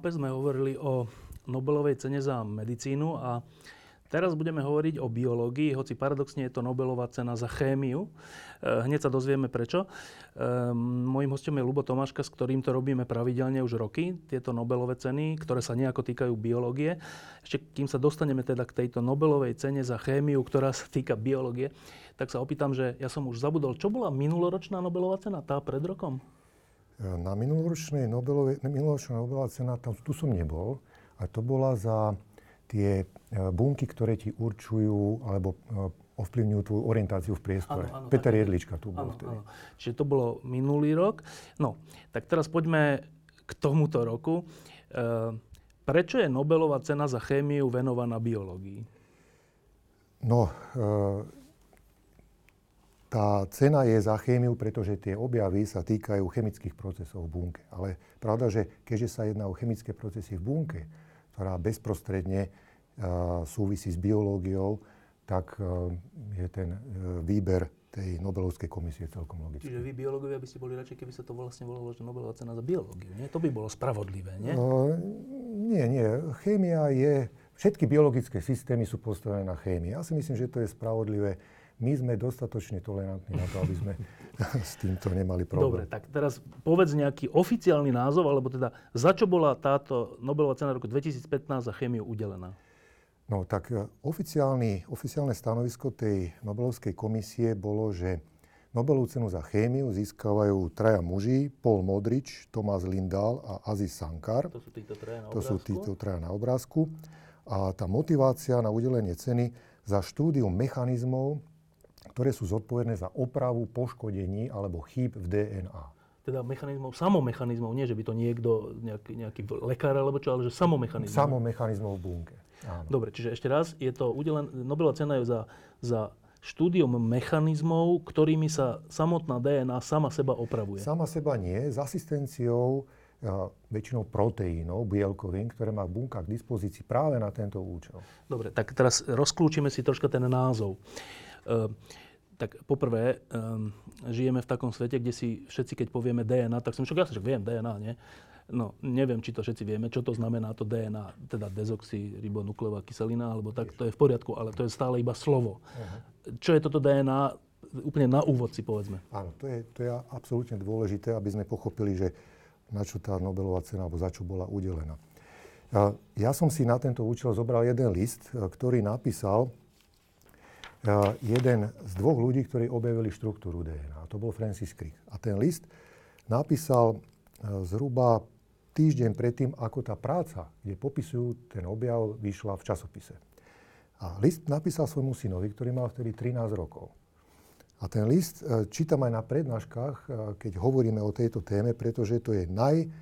lampe sme hovorili o Nobelovej cene za medicínu a teraz budeme hovoriť o biológii, hoci paradoxne je to Nobelová cena za chémiu. Hneď sa dozvieme prečo. Mojím hostom je Ľubo Tomáška, s ktorým to robíme pravidelne už roky, tieto Nobelové ceny, ktoré sa nejako týkajú biológie. Ešte kým sa dostaneme teda k tejto Nobelovej cene za chémiu, ktorá sa týka biológie, tak sa opýtam, že ja som už zabudol, čo bola minuloročná Nobelová cena, tá pred rokom? Na minuloročnej Nobelová cena, tu som nebol, a to bola za tie bunky, ktoré ti určujú alebo ovplyvňujú tvoju orientáciu v priestore. Áno, Peter Jedlička tu bol vtedy. Áno. Čiže to bolo minulý rok. No, tak teraz poďme k tomuto roku. Prečo je Nobelová cena za chémiu venovaná biológii? No, tá cena je za chémiu, pretože tie objavy sa týkajú chemických procesov v bunke. Ale pravda, že keďže sa jedná o chemické procesy v bunke, ktorá bezprostredne súvisí s biológiou, tak je ten výber tej Nobelovskej komisie celkom logický. Čiže vy biológovia by ste boli radšej, keby sa to vlastne volalo, že Nobelová cena za biológiu, nie? To by bolo spravodlivé, nie? Nie. Chémia je... Všetky biologické systémy sú postavené na chémii. Ja si myslím, že to je spravodlivé. My sme dostatočne tolerantní na to, aby sme s týmto nemali problém. Dobre, tak teraz povedz nejaký oficiálny názov, alebo teda za čo bola táto Nobelová cena roku 2015 za chémiu udelená? No tak oficiálne stanovisko tej Nobelovskej komisie bolo, že Nobelovú cenu za chémiu získavajú traja muži, Paul Modrich, Thomas Lindahl a Aziz Sankar. To sú títo traja na obrázku. To sú títo traja na obrázku. A tá motivácia na udelenie ceny za štúdium mechanizmov, ktoré sú zodpovedné za opravu poškodení alebo chýb v DNA. Teda samomechanizmov, nie že by to niekto, nejaký lekár alebo čo, ale že samomechanizmov. Samomechanizmov v bunke. Áno. Dobre, čiže ešte raz, je to Nobelová cena je za štúdium mechanizmov, ktorými sa samotná DNA sama seba opravuje. Sama seba nie, s asistenciou väčšinou proteínov, bielkovín, ktoré má bunka k dispozícii práve na tento účel. Dobre, tak teraz rozklúčime si troška ten názov. Tak poprvé, žijeme v takom svete, kde si všetci, keď povieme DNA, tak som ja viem DNA, nie? No, neviem, či to všetci vieme, čo to znamená to DNA, teda dezoxyribonukleová kyselina, alebo tak, to je v poriadku, ale to je stále iba slovo. Čo je toto DNA? Úplne na úvod si povedzme. Áno, to je absolútne dôležité, aby sme pochopili, že na čo tá Nobelová cena, alebo za čo bola udelená. Ja som si na tento účel zobral jeden list, ktorý napísal jeden z dvoch ľudí, ktorí objavili štruktúru DNA. To bol Francis Crick. A ten list napísal zhruba týždeň predtým, ako tá práca, kde popisujú ten objav, vyšla v časopise. A list napísal svojmu synovi, ktorý mal vtedy 13 rokov. A ten list čítam aj na prednáškach, keď hovoríme o tejto téme, pretože to je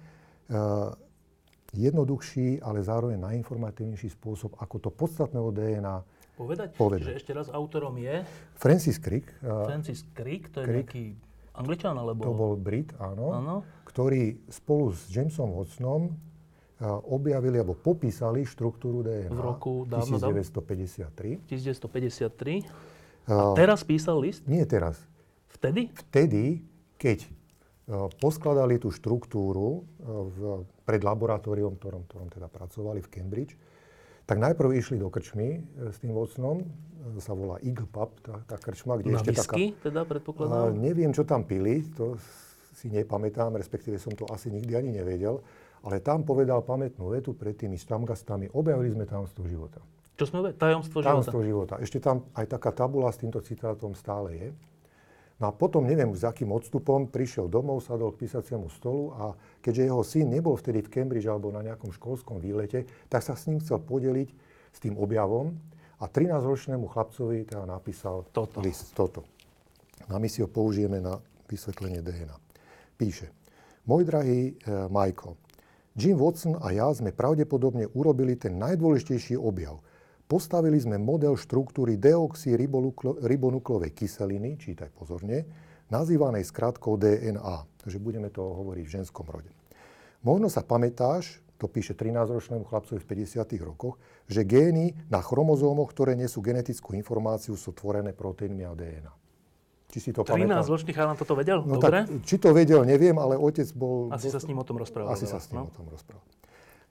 najjednoduchší, ale zároveň najinformatívnejší spôsob, ako to podstatné o DNA povedať. Čiže ešte raz autorom je? Francis Crick. Francis Crick, to je nejaký Angličan, alebo? To bol Brit, áno. Ktorý spolu s Jamesom Watsonom objavili alebo popísali štruktúru DNA v roku 1953. 1953. A teraz písal list? Nie teraz. Vtedy? Vtedy, keď poskladali tú štruktúru pred laboratóriom, ktorom teda pracovali v Cambridge, tak najprv išli do krčmy s tým Watsonom, sa volá Eagle Pub, tá krčma, kde ešte taká... Na whisky teda predpokladám? Neviem, čo tam pili, to si nepamätám, respektíve som to asi nikdy ani nevedel, ale tam povedal pamätnú vetu pred tými štamgastami, objavili sme tajomstvo života. Čo sme objavili? Tajomstvo života. Ešte tam aj taká tabula s týmto citátom stále je. No a potom, neviem s akým odstupom, prišiel domov, sadol k písaciemu stolu a keďže jeho syn nebol vtedy v Cambridge alebo na nejakom školskom výlete, tak sa s ním chcel podeliť s tým objavom a 13-ročnému chlapcovi teda napísal list toto. A my si ho použijeme na vysvetlenie DNA. Píše: Môj drahý Michael, Jim Watson a ja sme pravdepodobne urobili ten najdôležitejší objav. Postavili sme model štruktúry deoxyribonukleovej kyseliny, čítaj pozorne, nazývanej skratkou DNA. Takže budeme to hovoriť v ženskom rode. Možno sa pamätáš, to píše 13-ročnému chlapcovi v 50. rokoch, že gény na chromozómoch, ktoré nesú genetickú informáciu, sú tvorené proteínmi a DNA. Či si to 13-ročný chalán toto vedel? No dobre? Tak, či to vedel, neviem, ale otec bol... Asi sa s ním o tom rozprával. Asi sa s ním o tom rozprával.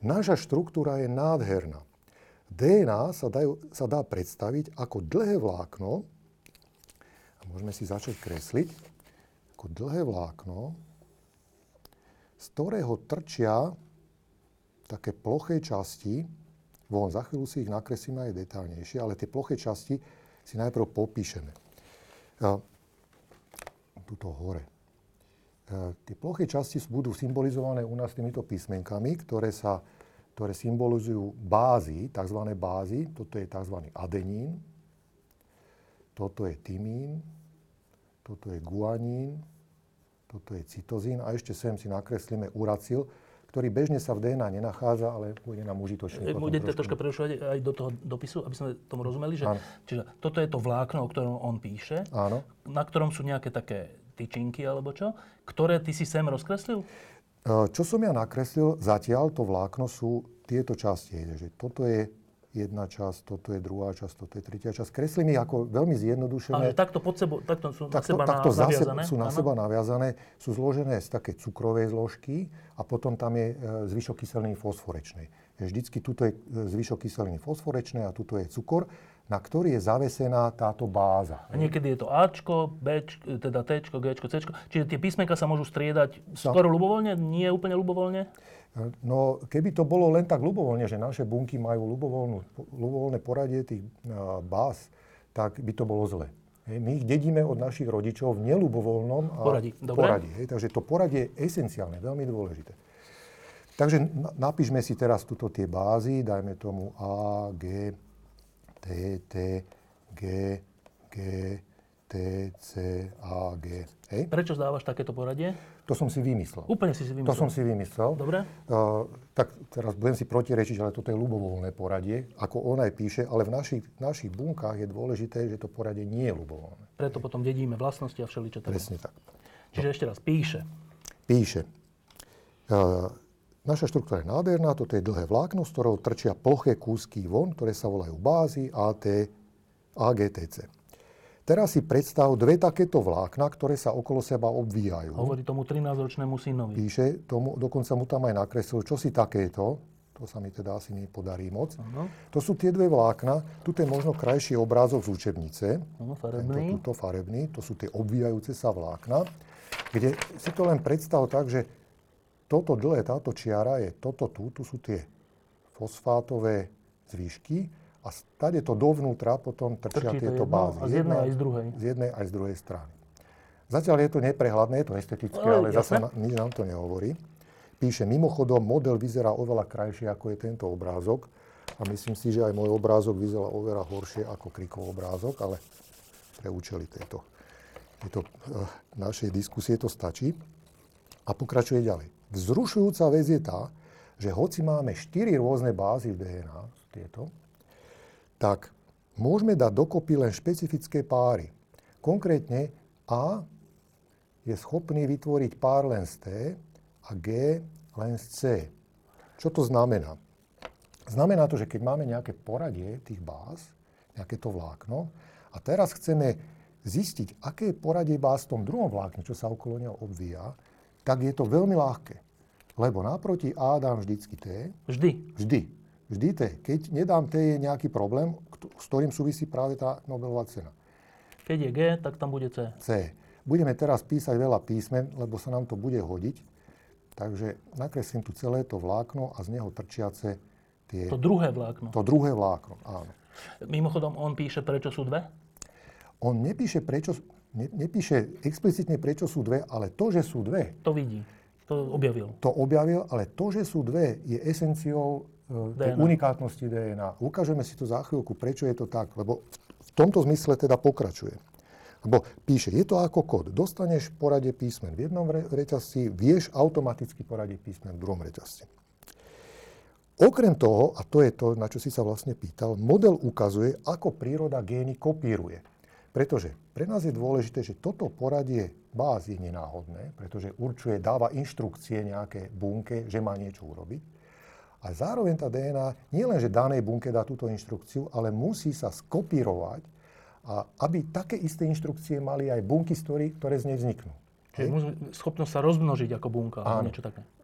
Naša štruktúra je nádherná. DNA sa dá predstaviť ako dlhé vlákno, a môžeme si začať kresliť, ako dlhé vlákno, z ktorého trčia také ploché časti, za chvíľu si ich nakreslíme aj detaľnejšie, ale tie ploché časti si najprv popíšeme. Tuto hore. Tie ploché časti budú symbolizované u nás týmito písmenkami, ktoré symbolizujú bázy, tzv. Bázy. Toto je tzv. Adenín, toto je tymín, toto je guanín, toto je cytozín a ešte sem si nakreslíme uracil, ktorý bežne sa v DNA nenachádza, ale bude nám užitočný. Budete troška prerušovať aj do toho dopisu, aby sme tomu rozumeli, že čiže toto je to vlákno, o ktorom on píše, áno, na ktorom sú nejaké také tyčinky alebo čo, ktoré ty si sem rozkreslil? Čo som ja nakreslil, zatiaľ to vlákno sú tieto časti. Že toto je jedna časť, toto je druhá časť, toto je tretia časť. Kreslím ich ako veľmi zjednodušené. Ale takto pod sebou, takto sú na seba naviazané? Sú na seba naviazané, sú zložené z také cukrovej zložky a potom tam je zvyšok kyseliny fosforečnej. Vždycky tuto je zvyšok kyseliny fosforečnej a tuto je cukor, na ktorý je zavesená táto báza. A niekedy je to Ačko, Bčko, teda Tčko, Gčko, Cčko. Čiže tie písmenka sa môžu striedať skoro ľubovoľne? Nie úplne ľubovoľne? No, keby to bolo len tak ľubovoľne, že naše bunky majú ľubovoľné poradie tých báz, tak by to bolo zle. My ich dedíme od našich rodičov v neľubovoľnom poradí. Takže to poradie je esenciálne, veľmi dôležité. Takže napíšme si teraz tuto tie bázy, dajme tomu A, G, T, T, G, G, T, C, A, G. Hej? Prečo dávaš takéto poradie? To som si vymyslel. Úplne si vymyslel? To som si vymyslel. Dobre. Tak teraz budem si protirečiť, ale toto je ľubovoľné poradie, ako on aj píše, ale v našich bunkách je dôležité, že to poradie nie je ľubovoľné. Preto potom dedíme vlastnosti a všeličo. Presne tak. Čiže ešte raz, píše. Píše. Naša štruktúra je nádherná, toto je dlhé vlákno, z ktorého trčia ploché kúsky von, ktoré sa volajú bázy AGTC. Teraz si predstav dve takéto vlákna, ktoré sa okolo seba obvíjajú. Hovorí tomu 13-ročnému synovi. Píše, dokonca mu tam aj nakreslil, čo si takéto, to sa mi teda asi nepodarí moc. Ano. To sú tie dve vlákna, tuto je možno krajší obrázok z učebnice. Ano, farebný. Tuto farebný, to sú tie obvíjajúce sa vlákna, kde si to len predstav tak, že toto dlhé, táto čiara je toto tu sú tie fosfátové zvyšky a stade to dovnútra potom trčia tieto bázy. Z jednej aj z druhej. Z jednej aj z druhej strany. Zatiaľ je to neprehľadné, je to estetické, ale zase nič nám to nehovorí. Píše, mimochodom, model vyzerá oveľa krajšie, ako je tento obrázok. A myslím si, že aj môj obrázok vyzerá oveľa horšie ako Krikov obrázok, ale pre účely tejto našej diskusie to stačí. A pokračuje ďalej. Vzrušujúca vec je tá, že hoci máme 4 rôzne bázy v DNA, tak môžeme dať dokopy len špecifické páry. Konkrétne A je schopný vytvoriť pár len z T a G len z C. Čo to znamená? Znamená to, že keď máme nejaké poradie tých báz, nejaké to vlákno, a teraz chceme zistiť, aké je poradie báz v tom druhom vlákne, čo sa okolo neho obvíja, tak je to veľmi ľahké. Lebo naproti A dám vždycky T. Vždy T. Keď nedám T, je nejaký problém, s ktorým súvisí práve tá Nobelová cena. Keď je G, tak tam bude C. C. Budeme teraz písať veľa písmen, lebo sa nám to bude hodiť. Takže nakreslím tu celé to vlákno a z neho trčiace tie... To druhé vlákno. To druhé vlákno, áno. Mimochodom, on píše, prečo sú dve? On nepíše explicitne, prečo sú dve, ale to, že sú dve... To vidí. To objavil. To objavil, ale to, že sú dve, je esenciou tej unikátnosti DNA. Ukážeme si to za chvíľku, prečo je to tak, lebo v tomto zmysle teda pokračuje. Lebo píše, je to ako kód. Dostaneš poradie písmen v jednom reťazci, vieš automaticky poradie písmen v druhom reťazci. Okrem toho, a to je to, na čo si sa vlastne pýtal, model ukazuje, ako príroda gény kopíruje. Pretože pre nás je dôležité, že toto poradie báz je nenáhodné, pretože dáva inštrukcie nejaké bunke, že má niečo urobiť. A zároveň tá DNA nie len, že danej bunke dá túto inštrukciu, ale musí sa skopírovať, a aby také isté inštrukcie mali aj bunky, ktoré z nej vzniknú. Čiže schopnosť sa rozmnožiť ako bunka, alebo niečo také.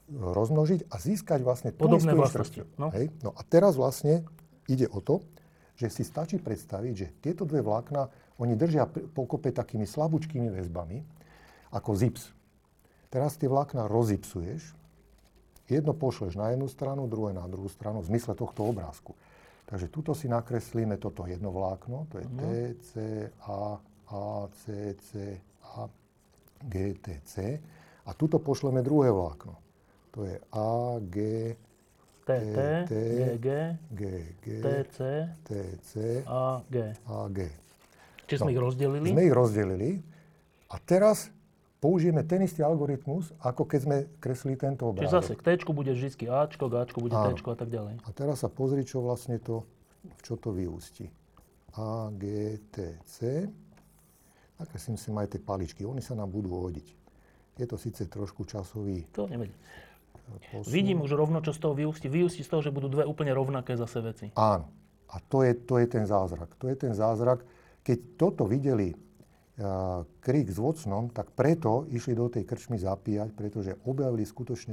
rozmnožiť a získať vlastne tú podobné istú vlastnosti. inštrukciu. No. Hej? No a teraz vlastne ide o to, že si stačí predstaviť, že tieto dve vlákna, oni držia pokope takými slabúčkými väzbami, ako zips. Teraz tie vlákna rozipsuješ, jedno pošleš na jednu stranu, druhé na druhú stranu, v zmysle tohto obrázku. Takže tuto si nakreslíme toto jedno vlákno, to je T, C, A, C, C, A, G, T, C. A tuto pošleme druhé vlákno. To je A, G, T, G, G, T, C, T, C, A, G. A, G. Čiže sme ich rozdelili? Sme ich rozdelili. A teraz použijeme ten istý algoritmus, ako keď sme kreslili tento obrázok. Čiže zase k T-čku bude vždy Ačko, k Ačku bude T-čko a tak ďalej. A teraz sa pozri, čo vlastne to, v čo to vyústi. A, G, T, C. Nakreslím si aj tie paličky. Oni sa nám budú hodiť. Je to síce trošku časový To nevadí. posun. Vidím už rovno, čo z toho vyústi. Vyústi z toho, že budú dve úplne rovnaké zase veci. Áno. A to je ten zázrak. To je ten zázrak. Keď toto videli Crick s Watsonom, tak preto išli do tej krčmy zapíjať, pretože objavili skutočne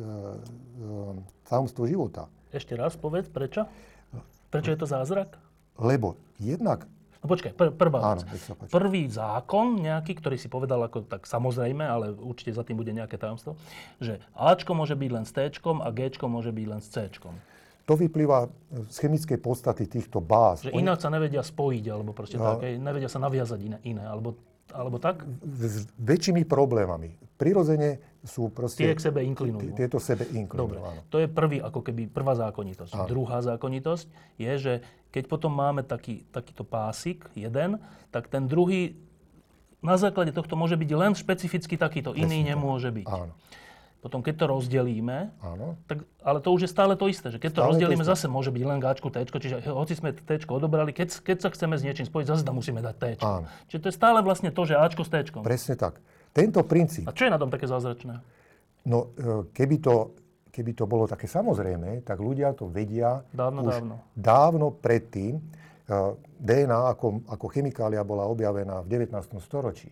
tajomstvo života. Ešte raz povedz, prečo? Prečo je to zázrak? Lebo jednak... No počkaj, prvá Áno, vec. nech sa páči. Prvý zákon nejaký, ktorý si povedal ako tak samozrejme, ale určite za tým bude nejaké tajomstvo, že Ačko môže byť len s Tčkom a Gčko môže byť len s Cčkom. To vyplýva z chemickej podstaty týchto báz. Že ináč sa nevedia spojiť, alebo proste tak, nevedia sa naviazať iné, alebo tak? S väčšími problémami. Prirodzene sú proste... Tie k sebe inklinujú. Tieto sebe inklinujú, Dobre, áno. to je prvá zákonitosť. Áno. Druhá zákonitosť je, že keď potom máme takýto pásik, jeden, tak ten druhý na základe tohto môže byť len špecificky takýto, iný nemôže byť. Áno. Potom, keď to rozdelíme, Áno. tak, ale to už je stále to isté, že keď to Stále rozdelíme, to isté. zase môže byť len Gáčko, Téčko, čiže hoci sme Téčko odobrali, keď sa chceme s niečím spojiť, zase tam musíme dať Téčko. Áno. Čiže to je stále vlastne to, že Ačko s Téčkom. Presne tak. Tento princíp, A čo je na tom také zázračné? no keby to bolo také samozrejme, tak ľudia to vedia dávno predtým. DNA ako chemikália bola objavená v 19. storočí.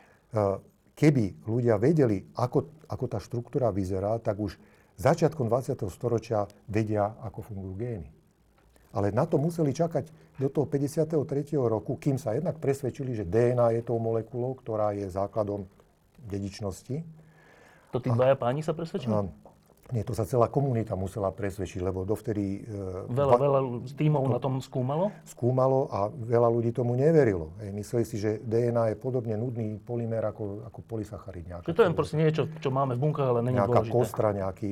Keby ľudia vedeli, ako tá štruktúra vyzerá, tak už začiatkom 20. storočia vedia, ako fungujú gény. Ale na to museli čakať do toho 53. roku, kým sa jednak presvedčili, že DNA je tou molekulou, ktorá je základom dedičnosti. To tí dvaja páni sa presvedčili? Nie, to sa celá komunita musela presvedčiť, lebo dovtedy... Veľa tímov na tom skúmalo? Skúmalo a veľa ľudí tomu neverilo. Mysleli si, že DNA je podobne nudný polymér ako polysacharid. Že to je proste niečo, čo máme v bunkách, ale není dôležité. Nejaká kostra, nejaké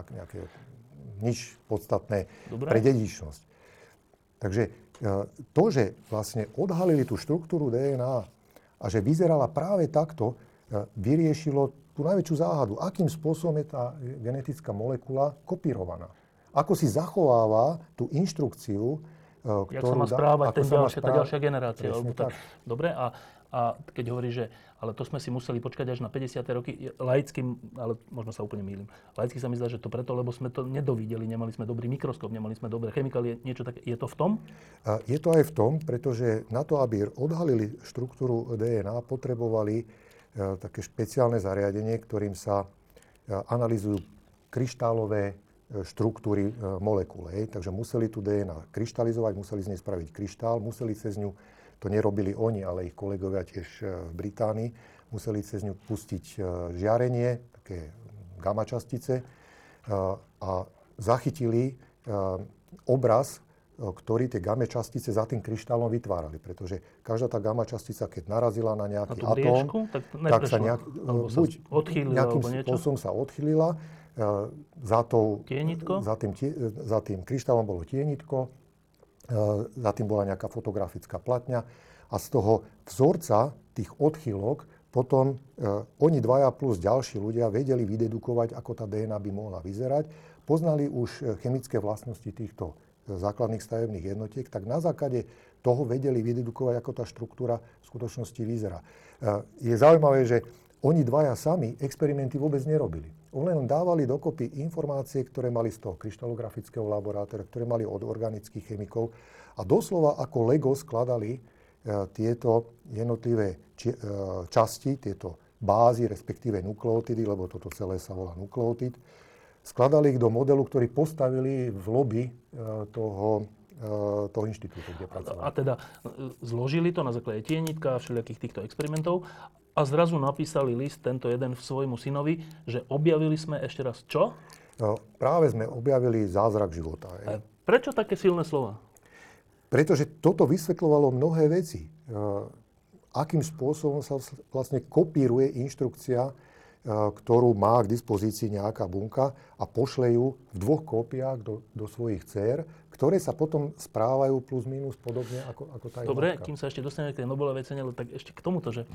nič podstatné Dobre. pre dedičnosť. Takže to, že vlastne odhalili tú štruktúru DNA a že vyzerala práve takto, vyriešilo tú najväčšiu záhadu. Akým spôsobom je tá genetická molekula kopírovaná? Ako si zachováva tú inštrukciu, Jak sa má správať tá ďalšia generácia. Tak. Dobre, a keď hovoríš, že ale to sme si museli počkať až na 50. roky, laicky, ale možno sa úplne mýlim, laicky sa mi zdá, že to preto, lebo sme to nedovideli, nemali sme dobrý mikroskop, nemali sme dobré chemikálie, niečo také. Je to v tom? Je to aj v tom, pretože na to, aby odhalili štruktúru DNA, potrebovali také špeciálne zariadenie, ktorým sa analyzujú kryštálové štruktúry molekúl. Takže museli tú DNA kryštalizovať, museli z nej spraviť kryštál, museli cez ňu, to nerobili oni, ale ich kolegovia tiež v Británii, museli cez ňu pustiť žiarenie, také gamma častice a zachytili obraz, ktorý tie gamma častice za tým kryštálom vytvárali. Pretože každá tá gamma častica, keď narazila na nejaký atóm, tak sa nejakým spôsobom sa odchýlila. Za tým kryštálom bolo tienitko, za tým bola nejaká fotografická platňa a z toho vzorca tých odchýlok potom oni dvaja plus ďalší ľudia vedeli vydedukovať, ako tá DNA by mohla vyzerať. Poznali už chemické vlastnosti týchto základných stavebných jednotiek, tak na základe toho vedeli vydedukovať, ako tá štruktúra v skutočnosti vyzerá. Je zaujímavé, že oni dvaja sami experimenty vôbec nerobili. Oni len dávali dokopy informácie, ktoré mali z toho kryštalografického laboratória, ktoré mali od organických chemikov a doslova ako Lego skladali tieto jednotlivé časti, tieto bázy, respektíve nukleotidy, lebo toto celé sa volá nukleotid. Skladali ich do modelu, ktorý postavili v lobby toho inštitútu, kde pracovali. A teda zložili to na základe tienitka a všelijakých týchto experimentov a zrazu napísali list, tento jeden svojmu synovi, že objavili sme ešte raz čo? No, práve sme objavili zázrak života. Prečo také silné slova? Pretože toto vysvetľovalo mnohé veci. Akým spôsobom sa vlastne kopíruje inštrukcia, ktorú má k dispozícii nejaká bunka a pošle ju v 2 kópiách do svojich dcér, ktoré sa potom správajú plus minus podobne ako tá jednotka. Dobre, kým sa ešte dostaneme k tej Nobelovej cene, tak ešte k tomuto, že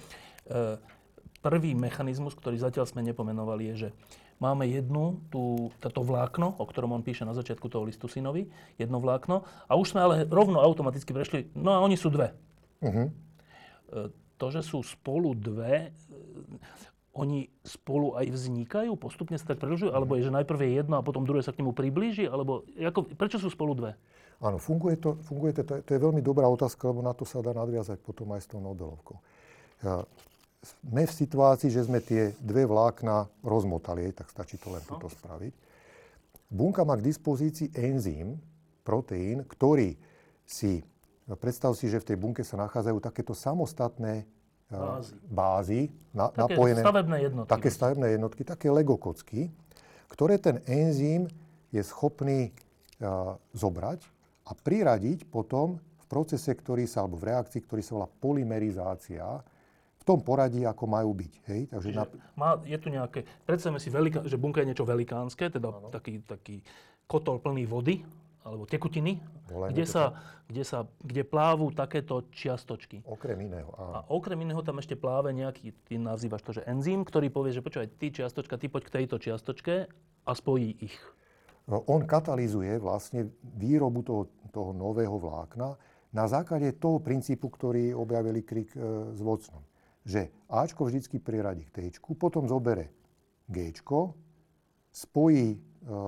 prvý mechanizmus, ktorý zatiaľ sme nepomenovali, je, že máme toto vlákno, o ktorom on píše na začiatku toho listu synovi, jedno vlákno, a už sme ale rovno automaticky prešli, no a oni sú 2. Uh-huh. To, že sú spolu 2, oni spolu aj vznikajú, postupne sa tak predĺžujú, alebo je, že najprv je jedno a potom druhé sa k nemu priblíži, alebo prečo sú spolu 2? Áno, funguje to, to je veľmi dobrá otázka, lebo na to sa dá nadviazať potom aj s tou Nobelovkou. Sme v situácii, že sme tie 2 vlákna rozmotali, tak stačí to len toto spraviť. Bunka má k dispozícii enzym, proteín, ktorý predstav si, že v tej bunke sa nachádzajú takéto samostatné bázy napojené. Také stavebné jednotky, také Lego kocky, ktoré ten enzym je schopný zobrať a priradiť potom v procese, alebo v reakcii, ktorý sa volá polymerizácia, v tom poradí, ako majú byť. Hej? Takže je tu nejaké, predstavme si, že bunka je niečo velikánske, teda taký kotol plný vody, alebo tekutiny, kde plávu takéto čiastočky. Okrem iného, áno. A okrem iného tam ešte pláve nejaký, ty nazývaš to, že enzym, ktorý povie, že počúvaj, ty čiastočka, ty poď k tejto čiastočke a spojí ich. On katalizuje vlastne výrobu toho nového vlákna na základe toho princípu, ktorý objavili Crick s Watsonom. Že Ačko vždycky priradí k Tčku, potom zobere Gčko, spojí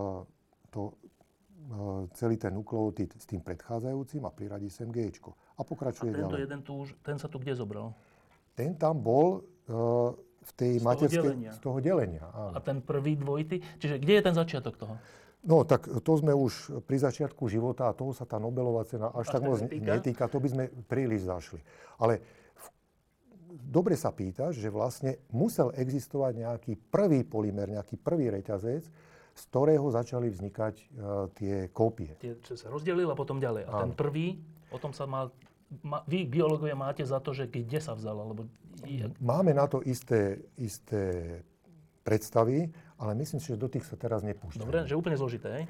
celý ten nukleotid s tým predchádzajúcim a priradí sem Gčko. A pokračuje ďalej. A ten sa tu kde zobral? Ten tam bol v tej materskej... Z toho delenia. Áno. A ten prvý dvojitý? Čiže kde je ten začiatok toho? No, tak to sme už pri začiatku života a toho sa tá Nobelová cena až tak moc netýka. To by sme príliš zašli. Ale dobre sa pýtaš, že vlastne musel existovať nejaký prvý polymer, nejaký prvý reťazec, z ktorého začali vznikať tie kópie. Čo sa rozdelil a potom ďalej. A ten prvý, o tom sa vy, biológovia, máte za to, že kde sa vzal? Alebo... Máme na to isté predstavy, ale myslím si, že do tých sa teraz nepúšťame. Dobre, že úplne zložité, hej?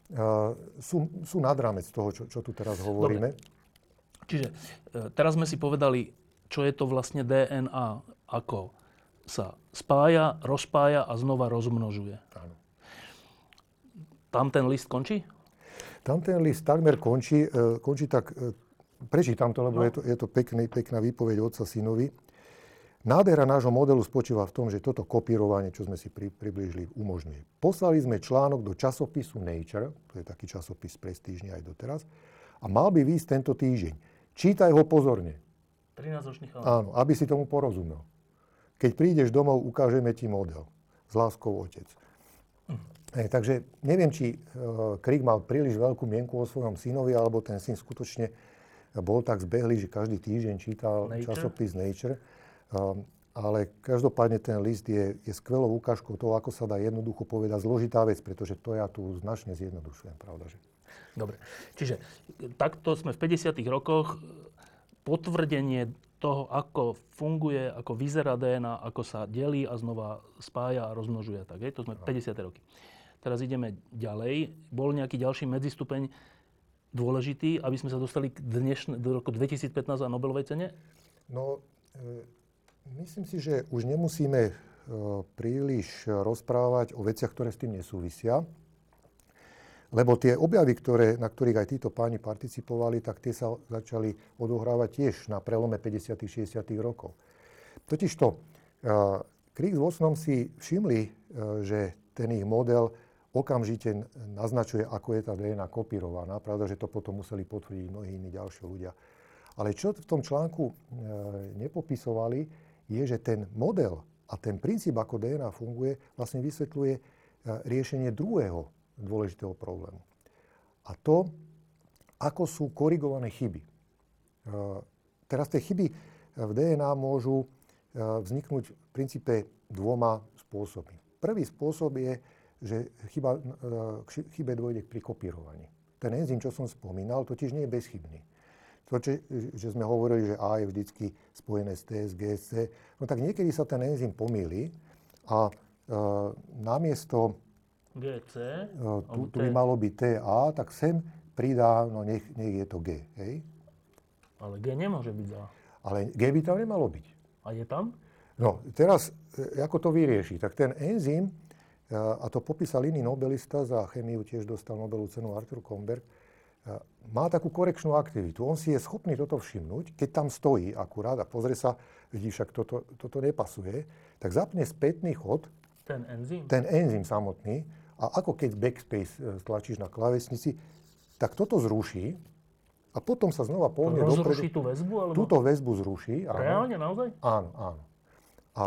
Sú nad rámec toho, čo tu teraz hovoríme. Dobre. Čiže teraz sme si povedali, čo je to vlastne DNA, ako sa spája, rozpája a znova rozmnožuje. Áno. Tam ten list končí? Tam ten list takmer končí tak, prečítam to, lebo je to pekná výpoveď otca synovi. Nádhera nášho modelu spočíva v tom, že toto kopírovanie, čo sme si priblížili, umožňuje. Poslali sme článok do časopisu Nature, to je taký časopis prestížny aj doteraz, a mal by výjsť tento týždeň. Čítaj ho pozorne. 13-ročný chalán. Áno, aby si tomu porozumel. Keď prídeš domov, ukážeme ti model. S láskou, otec. Takže neviem, či Crick mal príliš veľkú mienku o svojom synovi, alebo ten syn skutočne bol tak zbehlý, že každý týždeň čítal časopis Nature. Ale každopádne ten list je skvelou ukážkou toho, ako sa dá jednoducho povedať zložitá vec, pretože to ja tu značne zjednodušujem, pravda? Že? Dobre. Čiže takto sme v 50. rokoch. Potvrdenie toho, ako funguje, ako vyzerá DNA, ako sa delí a znova spája a rozmnožuje. Tak, to sme 50. roky. Teraz ideme ďalej. Bol nejaký ďalší medzistupeň dôležitý, aby sme sa dostali do roku 2015 a Nobelovej cene? No, myslím si, že už nemusíme príliš rozprávať o veciach, ktoré s tým nesúvisia. Lebo tie objavy, na ktorých aj títo páni participovali, tak tie sa začali odohrávať tiež na prelome 50. 60. rokov. Totižto Crick s Watsonom si všimli, že ten ich model okamžite naznačuje, ako je tá DNA kopírovaná. Pravda, že to potom museli potvrdiť mnohí iní ďalší ľudia. Ale čo v tom článku nepopisovali, je, že ten model, A ten princíp, ako DNA funguje, vlastne vysvetľuje riešenie druhého dôležitého problému. A to, ako sú korigované chyby. Teraz tie chyby v DNA môžu vzniknúť v princípe dvoma spôsobmi. Prvý spôsob je, že k chybe dôjde pri kopírovaní. Ten enzym, čo som spomínal, totiž nie je bezchybný. To, že sme hovorili, že A je vždycky spojené s T, s G, s C, no tak niekedy sa ten enzym pomýli a namiesto GC, tu by malo byť TA, tak sem pridá, no nech je to G, hej? Ale G nemôže byť A. Ale G by tam nemalo byť. A je tam? No, teraz, ako to vyrieši? Tak ten enzym, a to popísal iný nobelista, za chémiu tiež dostal Nobelovú cenu Arthur Komberg, má takú korekčnú aktivitu. On si je schopný toto všimnúť, keď tam stojí akurát a pozrie sa, vidí, však toto nepasuje, tak zapne spätný chod, ten enzym samotný, a ako keď backspace stlačíš na klávesnici, tak toto zruší a potom sa znova pohne dopredu. Zruší tú väzbu? Alebo... Túto väzbu zruší. Áno. Reálne, naozaj? Áno, áno. A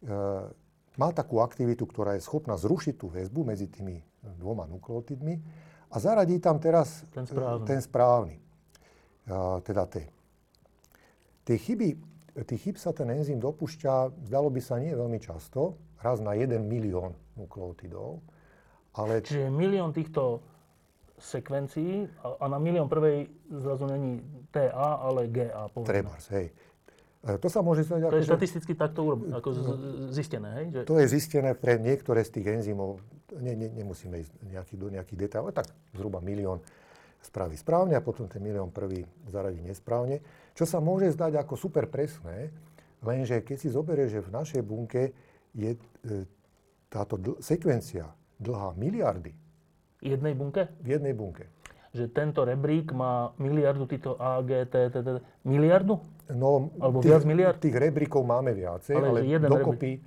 má takú aktivitu, ktorá je schopná zrušiť tú väzbu medzi tými dvoma nukleotidmi a zaradí tam teraz ten správny. Teda T. Tých chyb sa ten enzym dopúšťa, zdalo by sa nie veľmi často, raz na 1 milión nukleotidov. Ale... Čiže milión týchto sekvencií a na milión prvej zrazu není TA, ale GA. Trebárs, hej. To sa môže stať... To je štatisticky takto zistené, hej? Že... To je zistené pre niektoré z tých enzymov. Nemusíme ísť do nejakých detailov, ale tak zhruba milión spraví správne a potom ten milión prvý zaradí nesprávne. Čo sa môže zdať ako super presné, lenže keď si zoberieš, že v našej bunke je táto sekvencia dlhá miliardy. Jednej bunke? V jednej bunke. Že tento rebrík má miliardu, týchto A, G, T, miliardu? No, alebo viac miliard? Tých rebríkov máme viacej, ale dokopy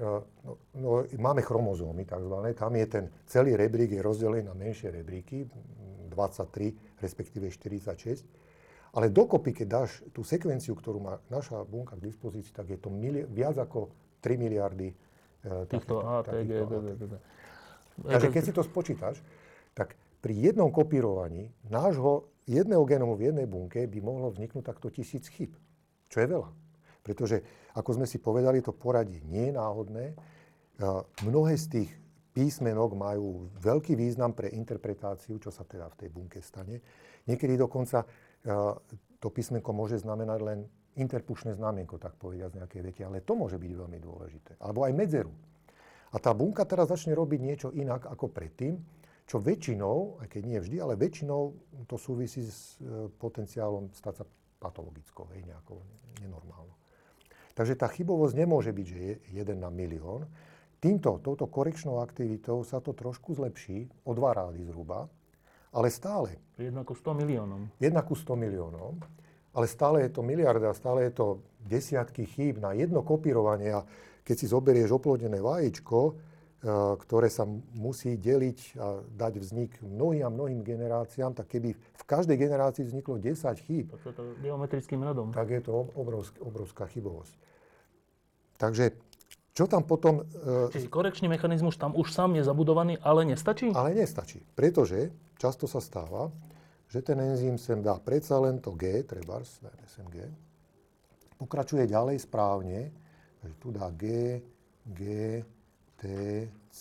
máme chromozómy takzvané. Tam je ten celý rebrík je rozdelený na menšie rebríky, 23, respektíve 46. Ale dokopy, keď dáš tú sekvenciu, ktorú má naša bunka k dispozícii, tak je to viac ako 3 miliardy týchto A, T, G, Takže keď si to spočítaš, tak pri jednom kopírovaní nášho jedného genómu v jednej bunke by mohlo vzniknúť takto 1000 chýb, čo je veľa. Pretože, ako sme si povedali, to poradie nie je náhodné. Mnohé z tých písmenok majú veľký význam pre interpretáciu, čo sa teda v tej bunke stane. Niekedy dokonca to písmenko môže znamenať len interpučné znamienko, tak povediať z nejakej vety, ale to môže byť veľmi dôležité. Alebo aj medzeru. A tá bunka teraz začne robiť niečo inak ako predtým, čo väčšinou, aj keď nie vždy, ale väčšinou to súvisí s potenciálom stať sa patologickou, nejakou nenormálnou. Takže tá chybovosť nemôže byť, že je 1 na milión. Touto korekčnou aktivitou sa to trošku zlepší, o 2 rády zhruba, ale stále. 1 ku 100 miliónom. 1 ku 100 miliónom, ale stále je to miliarda, stále je to desiatky chýb na jedno kopírovanie. A keď si zoberieš oplodené vajíčko, ktoré sa musí deliť a dať vznik mnohým a mnohým generáciám, tak keby v každej generácii vzniklo 10 chýb, tak je to geometrickým radom. Tak je to obrovská chybovosť. Takže čo tam potom... Čiže korekčný mechanizmus tam už sám je zabudovaný, ale nestačí? Ale nestačí, pretože často sa stáva, že ten enzym sem dá predsa len to G, trebárs, dajme sem G, pokračuje ďalej správne, že tu dá G, T, C,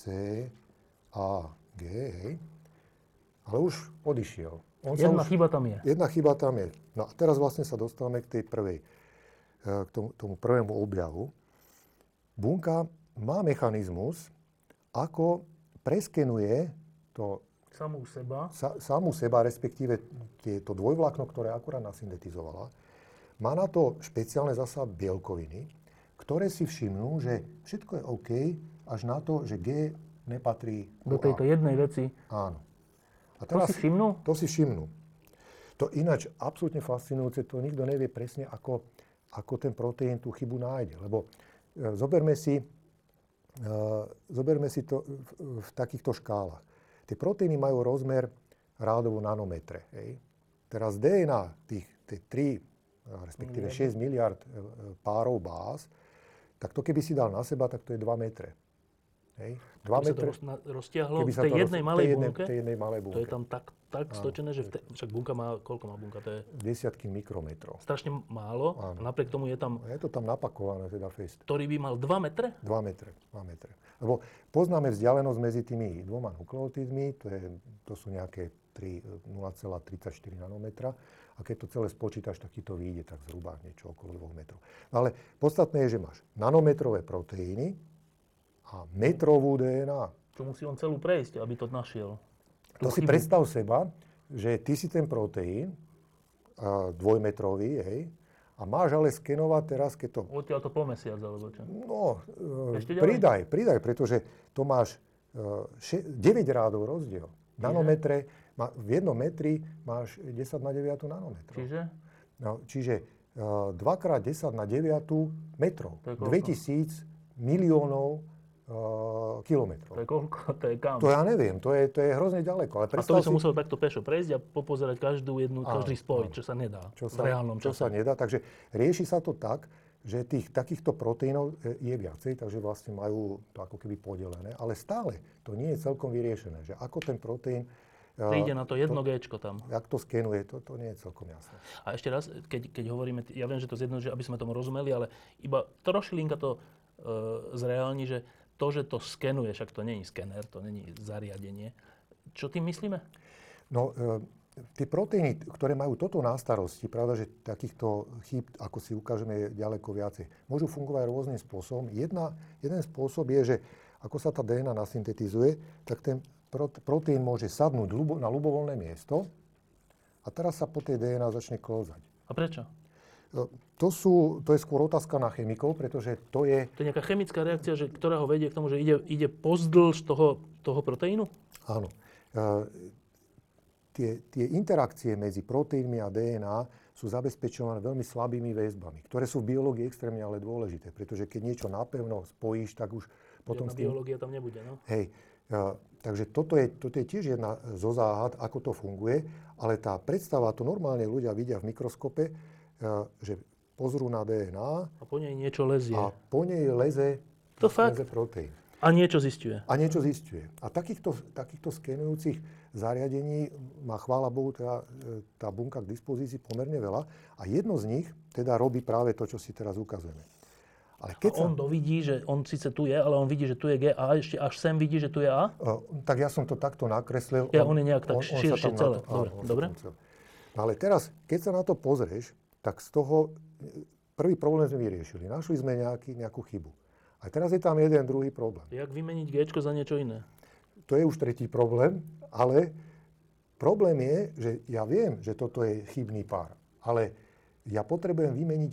A, G, hej. Ale už odišiel. Jedna chyba tam je. Jedna chyba tam je. No a teraz vlastne sa dostávame k tej prvej, k tomu prvému objavu. Bunka má mechanizmus, ako preskenuje to... Samú seba, respektíve to dvojvlákno, ktoré akurát nasyntetizovala. Má na to špeciálne zasa bielkoviny, ktoré si všimnú, že všetko je OK, až na to, že G nepatrí do tejto jednej veci. Áno. A teraz, to si všimnú? To si všimnú. To ináč absolútne fascinujúce, to nikto nevie presne, ako ten proteín tú chybu nájde. Lebo zoberme si to v takýchto škálach. Tie proteíny majú rozmer rádovo nanometre. Hej. Teraz DNA, tie 3, respektíve 6 miliard párov báz, tak to keby si dal na seba, tak to je 2 metre. Hej? 2 metre. Sa to roztiahlo Keby v sa tej to jednej malej bunke, tej jednej malej bunke. to je tam tak stočené, že však bunka má, koľko má bunka? To je desiatky mikrometrov. strašne málo. Áno. A napriek tomu je tam, Je to tam napakované, teda fest. ktorý by mal 2 metre? 2 metre. Lebo poznáme vzdialenosť medzi tými dvoma nukleotidmi, to sú nejaké 0,34 nanometra. A keď to celé spočítaš, tak ti to vyjde tak zhruba niečo okolo 2 metrov. No ale podstatné je, že máš nanometrové proteíny a metrovú DNA. To musí on celú prejsť, aby to našiel. To si predstav seba, že ty si ten proteín, dvojmetrový, hej, a máš ale skenovať teraz, keď to... Odtiaľ to po mesiac, alebo čo? No, Ešte ďalej? pridaj, pretože to máš 9 rádov rozdiel. Nanometre, v jednom metri máš 10 na 9 nanometrov. Čiže? No, čiže 2x10 na 9 metrov. To je koľko? 2000 miliónov kilometrov. To je koľko? To je kam? To ja neviem, to je hrozne ďaleko. Ale A to by som musel takto pešo prejsť a popozerať každý spoj, čo sa nedá v reálnom čo čase. sa nedá. Takže rieši sa to tak, že tých takýchto proteínov je viacej, takže vlastne majú to ako keby podelené. Ale stále to nie je celkom vyriešené, že ako ten proteín príde na to jedno Géčko tam. Jak to skenuje, to nie je celkom jasné. A ešte raz, keď hovoríme, ja viem, že to zjednodušuje, aby sme tomu rozumeli, ale iba trošilinka to zreálni, že to, že to skenuje, však to není skener, to není zariadenie. Čo tým myslíme? No, tie proteíny, ktoré majú toto na starosti, pravda, že takýchto chýb, ako si ukážeme, je ďaleko viacej, môžu fungovať rôznym spôsobom. Jeden spôsob je, že ako sa tá DNA nasyntetizuje, tak ten proteín môže sadnúť na ľubovoľné miesto a teraz sa po tej DNA začne klzať. A prečo? To je skôr otázka na chemikov, pretože to je... To je nejaká chemická reakcia, ktorá ho vedie k tomu, že ide pozdĺž toho proteínu? Áno. Tie interakcie medzi proteínmi a DNA sú zabezpečované veľmi slabými väzbami, ktoré sú v biológii extrémne ale dôležité, pretože keď niečo napevno spojíš, tak už potom... Žiadna biológia tam nebude, no? Hej. Takže toto je tiež jedna zo záhad, ako to funguje, ale tá predstava, to normálne ľudia vidia v mikroskope, že pozrú na DNA a po nej niečo lezie. A po nej leze proteín. A niečo zisťuje. A takýchto skenujúcich zariadení má, chvála Bohu, tá bunka k dispozícii pomerne veľa. A jedno z nich teda robí práve to, čo si teraz ukazujeme. Ale keď on dovidí, že on síce tu je, ale on vidí, že tu je G a ešte až sem vidí, že tu je A? Tak ja som to takto nakreslil. On je nejak tak širšie celé. Dobre. Ale teraz, keď sa na to pozrieš, tak z toho prvý problém sme vyriešili. Našli sme nejakú chybu. A teraz je tam jeden druhý problém. Jak vymeniť Géčko za niečo iné? To je už tretí problém, ale problém je, že ja viem, že toto je chybný pár, ale ja potrebujem vymeniť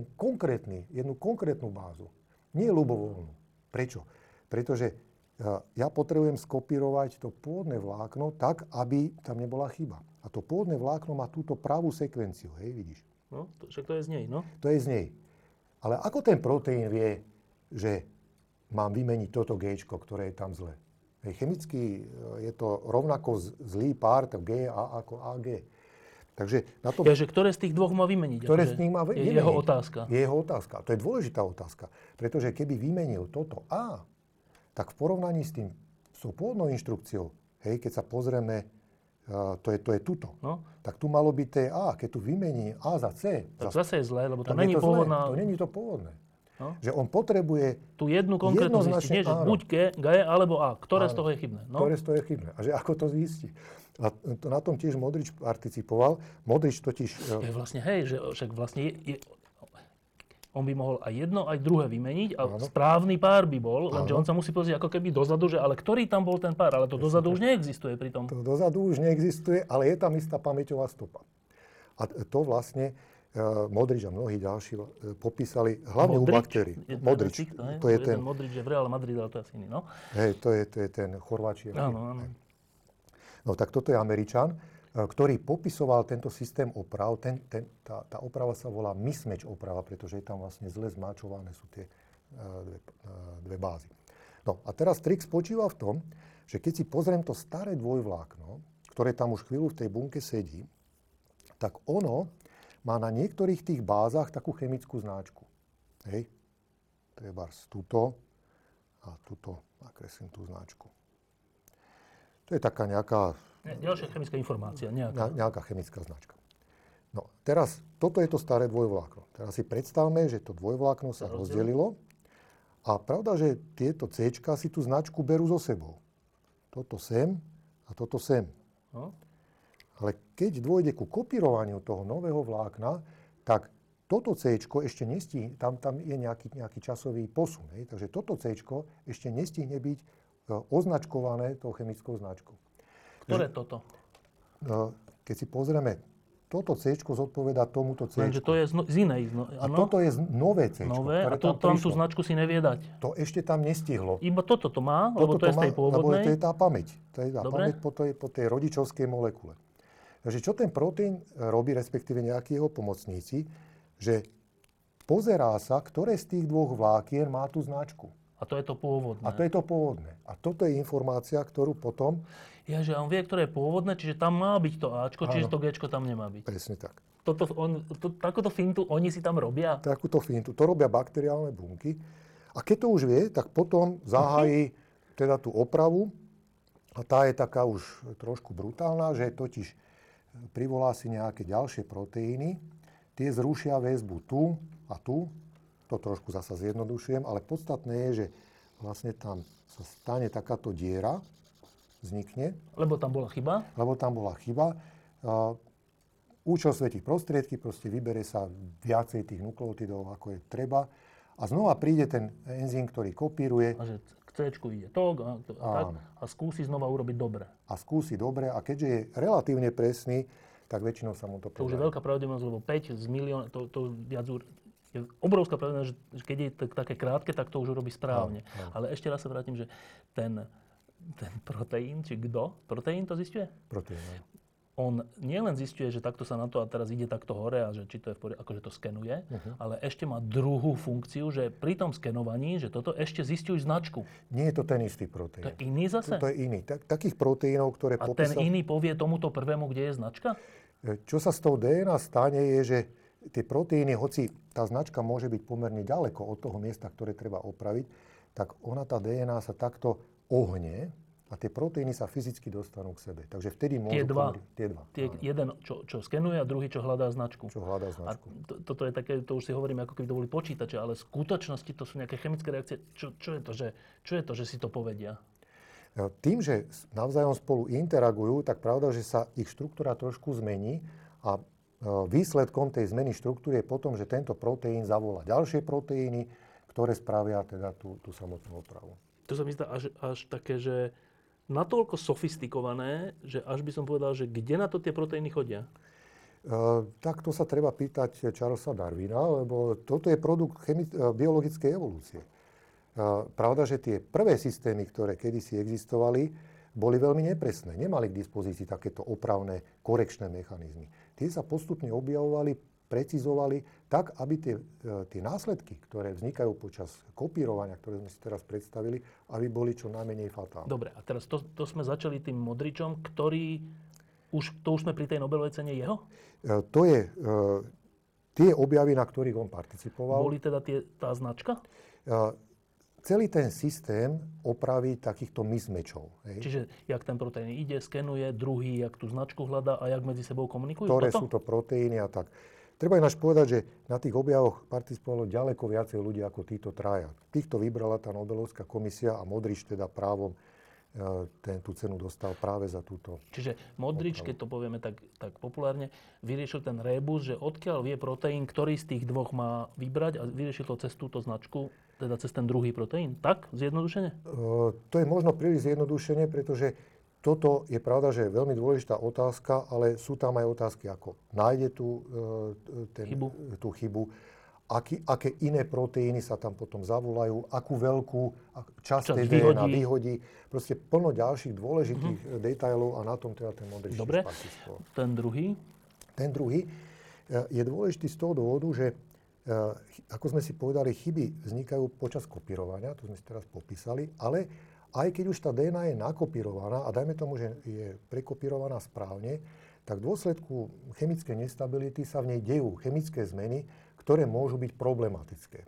jednu konkrétnu bázu. Nie ľubovoľnú. Prečo? Pretože ja potrebujem skopírovať to pôvodné vlákno tak, aby tam nebola chyba. A to pôvodné vlákno má túto pravú sekvenciu, hej, vidíš? No, však to je z nej, no? To je z nej. Ale ako ten proteín vie, že mám vymeniť toto Géčko, ktoré je tam zle? Chemicky je to rovnako zlý pár, to G a ako AG. Takže na to... Takže ktoré z tých dvoch má vymeniť? Ktoré z nich má vymeniť? Je jeho otázka. Je jeho otázka. To je dôležitá otázka. Pretože keby vymenil toto A, tak v porovnaní s pôvodnou inštrukciou, hej, keď sa pozrieme, to je tuto. No? Tak tu malo byť A. Keď tu vymení A za C... Tak zase je zlé, lebo to není pôvodná... To není to pôvodné. No? Že on potrebuje... Tu jednu konkrétnu zistiť. Nie, že buď G alebo A. Ktoré z toho je chybné? No? Ktoré z toho je chybné. A že ako to zistí? A to na tom tiež Modrič participoval. Modrič totiž... Vlastne, hej, že však vlastne on by mohol aj jedno, aj druhé vymeniť a správny pár by bol, lenže on sa musí pozrieť ako keby dozadu, že ale ktorý tam bol ten pár, ale to dozadu už neexistuje pri tom. To dozadu už neexistuje, ale je tam istá pamäťová stopa. A to vlastne Modrič a mnohí ďalší popísali, hlavne u baktérií. Modrič. To je ten Modrič je v Real Madrid, ale to je asi iný, no? Hej, to je ten Chorváčiak. Áno. No tak toto je Američan, ktorý popisoval tento systém oprav. Tá oprava sa volá mismatch oprava, pretože je tam vlastne zle zmáčované sú tie dve bázy. No a teraz trik spočíva v tom, že keď si pozriem to staré dvojvlákno, ktoré tam už chvíľu v tej bunke sedí, tak ono má na niektorých tých bázach takú chemickú značku. Hej? trebárs tuto a tuto nakreslím tú značku. To je taká nejaká... Ďalšia chemická informácia, nejaká. Nejaká chemická značka. No, teraz, toto je to staré dvojvlákno. Teraz si predstavme, že to dvojvlákno sa rozdelilo a pravda, že tieto C-čka si tú značku berú so sebou. Toto sem a toto sem. No. Ale keď dôjde ku kopírovaniu toho nového vlákna, tak toto C-čko ešte nestihne, tam je nejaký časový posun. Takže toto C-čko ešte nestihne byť označkované tou chemickou značkou. Ktoré toto? Keď si pozrieme, toto C-čko zodpovedá tomuto C-čku. Lenže to je z inej. A toto je nové C-čko, nové, ktoré a to tam tú značku si nevie dať. To ešte tam nestihlo. Iba toto to má, lebo to je z tej pôvodnej? Lebo to je tá pamäť. To je tá Dobre. pamäť po tej rodičovskej molekule. Takže čo ten proteín robí, respektíve nejakí jeho pomocníci, že pozerá sa, ktoré z tých dvoch vlákien má tú značku. A to je to pôvodné. A to je to pôvodné. A toto je informácia, ktorú potom... Že on vie, ktoré je pôvodné, čiže tam má byť to Ačko, čiže to Gčko tam nemá byť. Presne tak. Takúto fintu oni si tam robia? Takúto fintu. To robia bakteriálne bunky. A keď to už vie, tak potom zahájí teda tú opravu. A tá je taká už trošku brutálna, že totiž privolá si nejaké ďalšie proteíny. Tie zrušia väzbu tu a tu. To trošku zasa zjednodušujem, ale podstatné je, že vlastne tam sa stane takáto diera, vznikne. Lebo tam bola chyba? Účel svätí prostriedky, proste vybere sa viacej tých nukleotidov, ako je treba. A znova príde ten enzym, ktorý kopíruje. A že k C-čku ide to a tak. A skúsi znova urobiť dobre. A keďže je relatívne presný, tak väčšinou sa mu to podarí. To už je veľká pravdepodobnosť, lebo 5 z milióna, to viac je obrovská pravdepodobnosť, že keď je také krátke, tak to už urobí správne. Ale ešte raz sa vrátim, že ten proteín, či kto? Proteín to zisťuje? Proteín, On nielen zisťuje, že takto sa na to a teraz ide takto hore a že či to je v poriadku, akože to skenuje, ale ešte má druhú funkciu, že pri tom skenovaní, že toto ešte zisťujú značku. Nie je to ten istý proteín. To je iný zase? To je iný. Takých proteínov, ktoré popísal... A ten iný povie tomuto prvému, kde je značka? Čo sa s tou DNA stane, je, že tie proteíny, hoci tá značka môže byť pomerne ďaleko od toho miesta, ktoré treba opraviť, tak ona, tá DNA sa takto ohne a tie proteíny sa fyzicky dostanú k sebe. Takže vtedy môžu... Tie dva. Jeden, čo skenuje a druhý, čo hľadá značku. A toto je také, to už si hovoríme, ako keby to boli počítače, ale v skutočnosti to sú nejaké chemické reakcie. Čo je to, že si to povedia? Tým, že navzájom spolu interagujú, tak pravda, že sa ich štruktúra trošku zmení a výsledkom tej zmeny štruktúry je potom, že tento proteín zavolá ďalšie proteíny, ktoré spravia teda tú samotnú opravu. To sa mi zdá až také, že natoľko sofistikované, že až by som povedal, že kde na to tie proteíny chodia? Tak to sa treba pýtať Charlesa Darwina, lebo toto je produkt biologickej evolúcie. Pravda, že tie prvé systémy, ktoré kedysi existovali, boli veľmi nepresné. Nemali k dispozícii takéto opravné, korekčné mechanizmy. Tie sa postupne objavovali, precizovali tak, aby tie následky, ktoré vznikajú počas kopírovania, ktoré sme si teraz predstavili, aby boli čo najmenej fatálne. Dobre, a teraz to sme začali tým Modričom, ktorý... To už sme pri tej Nobelovej cene jeho? To je tie objavy, na ktorých on participoval. Boli teda tá značka? Celý ten systém opraví takýchto mismatchov. Čiže jak ten proteín ide, skenuje, druhý, jak tú značku hľadá a jak medzi sebou komunikujú? Ktoré sú to proteíny a tak. Treba ináč povedať, že na tých objavoch participovalo ďaleko viacej ľudí ako títo traja. Týchto vybrala tá Nobelovská komisia a Modrič teda právom tú cenu dostal práve za túto. Čiže Modrič, keď to povieme tak populárne, vyriešil ten rébus, že odkiaľ vie proteín, ktorý z tých dvoch má vybrať a vyriešil to cez túto značku, teda cez ten druhý proteín. Tak? Zjednodušene? To je možno príliš zjednodušene, pretože toto je pravda, že je veľmi dôležitá otázka, ale sú tam aj otázky, ako nájde tú chybu, aké iné proteíny sa tam potom zavolajú, akú veľkú časť tej DNA vyhodí. Proste plno ďalších dôležitých detailov a na tom teda ten Modrič participoval. Ten druhý? Ten druhý je dôležitý z toho dôvodu, že ako sme si povedali, chyby vznikajú počas kopírovania, to sme si teraz popísali, ale aj keď už tá DNA je nakopírovaná a dajme tomu, že je prekopírovaná správne, tak v dôsledku chemickej nestability sa v nej dejú chemické zmeny, ktoré môžu byť problematické.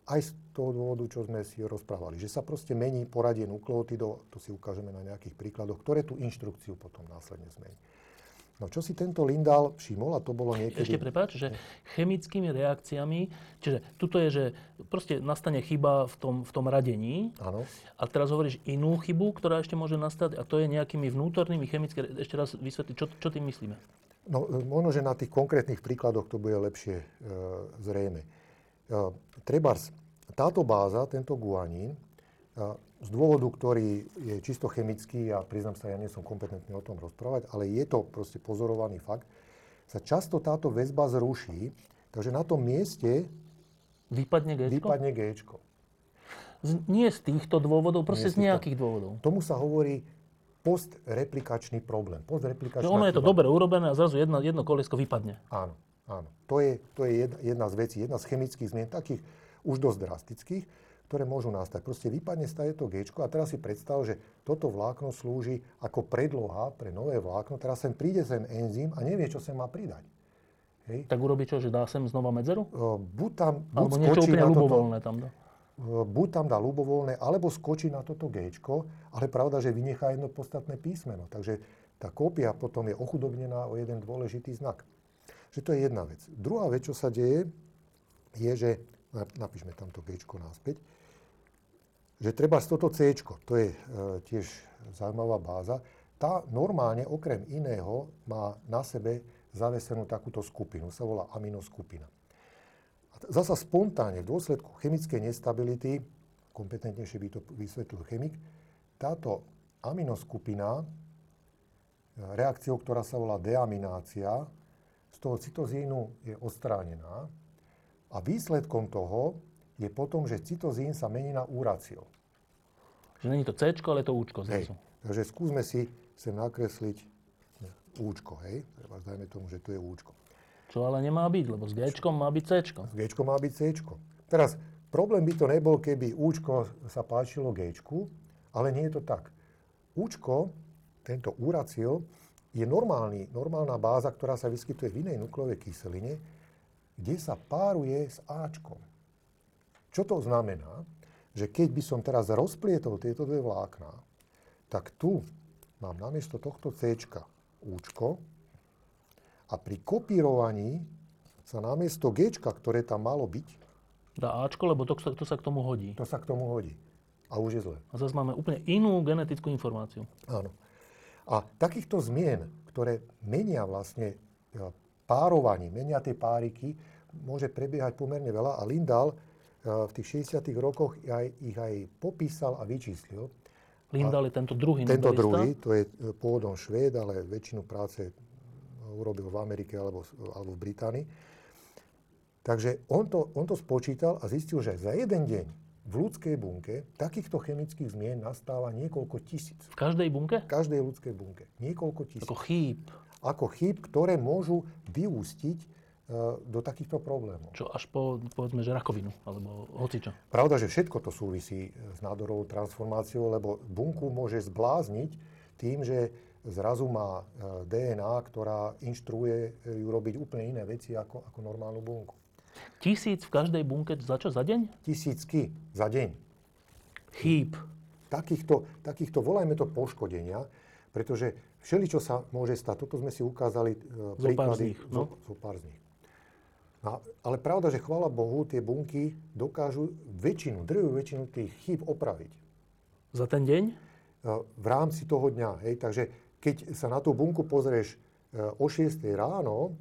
aj z toho dôvodu, čo sme si rozprávali. Že sa proste mení poradie nukleotidov, to si ukážeme na nejakých príkladoch, ktoré tú inštrukciu potom následne zmení. No čo si tento Lindahl všimol, a to bolo niekedy... Ešte prepáč, že chemickými reakciami, čiže tuto je, že proste nastane chyba v tom radení. Áno. A teraz hovoríš inú chybu, ktorá ešte môže nastať, a to je nejakými vnútornými chemickými... Ešte raz vysvetli, čo tým myslíme? No, možno, že na tých konkrétnych príkladoch to bude lepšie zrejme. Trebárs, táto báza, tento guanín, z dôvodu, ktorý je čisto chemický, a priznám sa, ja nie som kompetentný o tom rozprávať, ale je to proste pozorovaný fakt, sa často táto väzba zruší, takže na tom mieste vypadne Géčko. Nie z týchto dôvodov, proste z nejakých dôvodov. Tomu sa hovorí postreplikačný problém. Ono je to dobre urobené a zrazu jedno koliesko vypadne. Áno. To je jedna z vecí, jedna z chemických zmien, takých už dosť drastických, ktoré môžu nastať. Proste vypadne stále to Géčko a teraz si predstav, že toto vlákno slúži ako predloha pre nové vlákno. Teraz sem príde ten enzym a nevie, čo sa má pridať. Hej. Tak urobí čo, že dá sem znova medzeru? Alebo niečo úplne ľubovoľné tam dá? Buď tam dá ľubovoľné, alebo skočí na toto Géčko, ale pravda, že vynechá jedno podstatné písmeno. Takže tá kópia potom je ochudobnená o jeden dôležitý znak. Že to je jedna vec. Druhá vec, čo sa deje, je, že napíšme tam to Géčko naspäť, že treba toto C-čko, to je tiež zaujímavá báza, tá normálne okrem iného má na sebe zavesenú takúto skupinu, sa volá aminoskupina. A zasa spontánne v dôsledku chemickej nestability, kompetentnejšie by to vysvetlil chemik, táto aminoskupina reakciou, ktorá sa volá deaminácia, z toho cytozínu je odstránená a výsledkom toho je potom, že cytozín sa mení na uraciol. Že není to C-čko, ale to Účko zrazu. Takže skúsme si sem nakresliť Účko, hej? Dajme tomu, že to je Účko. Čo ale nemá byť, lebo s G-čkom má byť C-čko. S G-čkom má byť C-čko. Teraz, problém by to nebol, keby Účko sa páčilo G-čku, ale nie je to tak. Účko, tento uraciol, je normálna báza, ktorá sa vyskytuje v inej nukleovej kyseline, kde sa páruje s Ačkom. Čo to znamená? Že keď by som teraz rozplietol tieto dve vlákna, tak tu mám namiesto tohto C-čka Účko a pri kopírovaní sa namiesto G-čka, ktoré tam malo byť, dá Ačko, lebo to sa k tomu hodí. To sa k tomu hodí. A už je zle. A zase máme úplne inú genetickú informáciu. Áno. A takýchto zmien, ktoré menia vlastne párovaní, menia tie páriky, môže prebiehať pomerne veľa a Lindahl v tých 60. rokoch ich aj popísal a vyčíslil. Lindahl je tento druhý nobelista? Tento druhý, to je pôvodom Švéd, ale väčšinu práce urobil v Amerike alebo v Británii. Takže on to spočítal a zistil, že za jeden deň v ľudskej bunke takýchto chemických zmien nastáva niekoľko tisíc. V každej bunke? V každej ľudskej bunke. Niekoľko tisíc. Ako chýb, ktoré môžu vyústiť do takýchto problémov. Čo až po, povedzme, že rakovinu, alebo hocičo. Pravda, že všetko to súvisí s nádorovou transformáciou, lebo bunku môže zblázniť tým, že zrazu má DNA, ktorá inštruuje ju robiť úplne iné veci ako normálnu bunku. 1000 v každej bunke za čo? Za deň? Tisícky za deň. Chýb. Takýchto, volajme to poškodenia, pretože všeličo sa môže stať. Toto sme si ukázali príklady zo pár z nich. No, ale pravda, že chvála Bohu, tie bunky dokážu drvivú väčšinu tých chýb opraviť. Za ten deň? V rámci toho dňa. Hej. Takže keď sa na tú bunku pozrieš o 6 ráno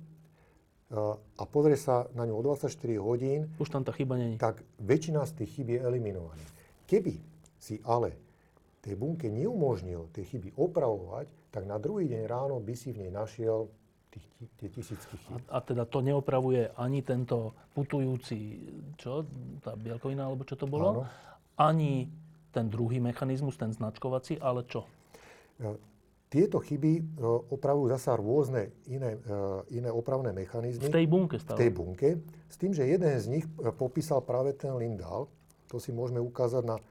a pozrieš sa na ňu o 24 hodín, už tam tá chyba není. Tak väčšina z tých chýb je eliminovaná. Keby si ale tej bunke neumožnil tie chyby opravovať, tak na druhý deň ráno by si v nej našiel tie tisícky chýb. A teda to neopravuje ani tento putujúci, tá bielkovina, alebo čo to bolo? Áno. Ani ten druhý mechanizmus, ten značkovací, ale čo? Tieto chyby opravujú zasa rôzne iné opravné mechanizmy. V tej bunke stále? V tej bunke. S tým, že jeden z nich popísal práve ten Lindahl. To si môžeme ukázať na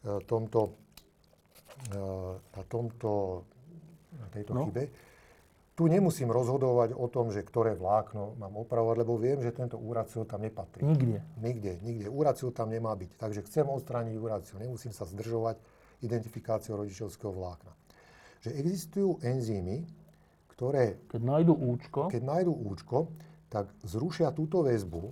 tejto chybe. tu nemusím rozhodovať o tom, že ktoré vlákno mám opravovať, lebo viem, že tento uracil tam nepatrí. Nikde. Uracil tam nemá byť. Takže chcem odstrániť uracil. Nemusím sa zdržovať identifikáciou rodičovského vlákna. Že existujú enzymy, ktoré... Keď nájdu účko, tak zrušia túto väzbu,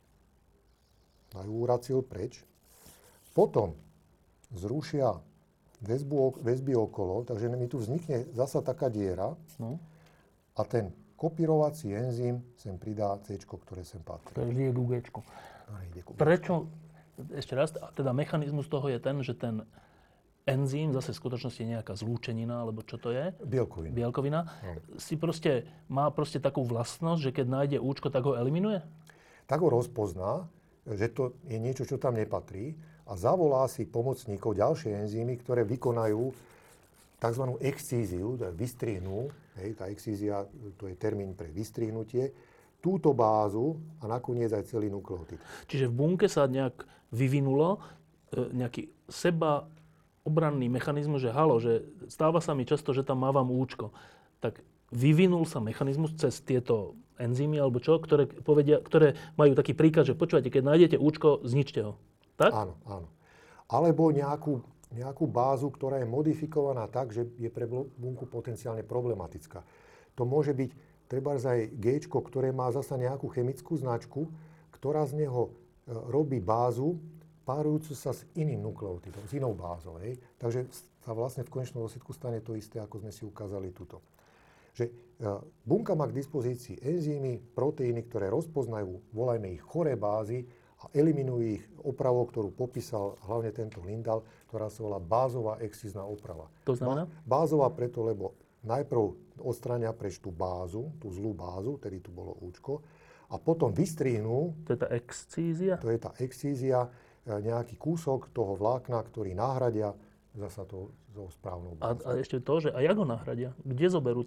dajú uracil preč, potom zrušia väzby okolo, takže mi tu vznikne zasa taká diera a ten kopírovací enzym sem pridá C-čko, ktoré sem patrí. To je ku G-čku. Prečo, ešte raz, teda mechanizmus toho je ten, že ten enzym, zase v skutočnosti je nejaká zlúčenina, alebo čo to je? Bielkovina. Si má takú vlastnosť, že keď nájde účko, tak ho eliminuje? Tak ho rozpozná, že to je niečo, čo tam nepatrí a zavolá si pomocníkov ďalšie enzymy, ktoré vykonajú tzv. Excíziu, vystrihnú, tá excízia, to je termín pre vystrihnutie, túto bázu a nakoniec aj celý nukleotid. Čiže v bunke sa nejak vyvinulo nejaký obranný mechanizmus, že že stáva sa mi často, že tam mávam účko. Tak vyvinul sa mechanizmus cez tieto enzymy alebo čo, ktoré majú taký príkaz, že počúvajte, keď nájdete účko, zničte ho. Tak? Áno. Alebo nejakú bázu, ktorá je modifikovaná tak, že je pre bunku potenciálne problematická. To môže byť trebárs aj G-čko, ktoré má zasa nejakú chemickú značku, ktorá z neho robí bázu, párujúcu sa s iným nukleotidom, s inou bázou. Takže sa vlastne v konečnom dôsledku stane to isté, ako sme si ukázali tuto. Že bunka má k dispozícii enzymy, proteíny, ktoré rozpoznajú, volajme ich choré bázy a eliminujú ich opravou, ktorú popísal hlavne tento Lindahl, ktorá sa volá bázová excízna oprava. To znamená? Bázová preto, lebo najprv odstránia preč tú bázu, tú zlú bázu, tedy tu bolo účko, a potom vystrihnú... To je tá excízia? To je tá excízia, nejaký kúsok toho vlákna, ktorý nahradia zasa tou správnou bázou. A ešte to, že a jak ho nahradia? Kde zoberú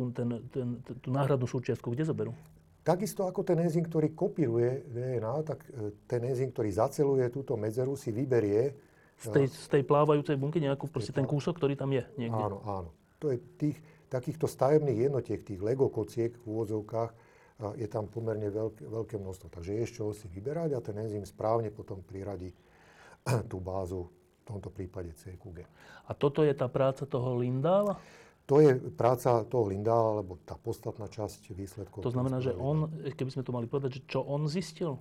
tú náhradnú súčiastku? Kde zoberú? Takisto ako ten enzym, ktorý kopíruje DNA, tak ten enzym, ktorý zaceluje túto medzeru, si vyberie... Z tej plávajúcej bunky nejakú, ten kúsok, ktorý tam je niekde. Áno. To je takýchto stavebných jednotiek, tých Lego kociek v úvodzovkách, je tam pomerne veľké množstvo. Takže je z čoho si vyberať a ten enzym správne potom priradí tú bázu, v tomto prípade CQG. A toto je tá práca toho Lindahla? To je práca toho Lindahla, alebo tá podstatná časť výsledkov. To znamená, že on, keby sme to mali povedať, že čo on zistil?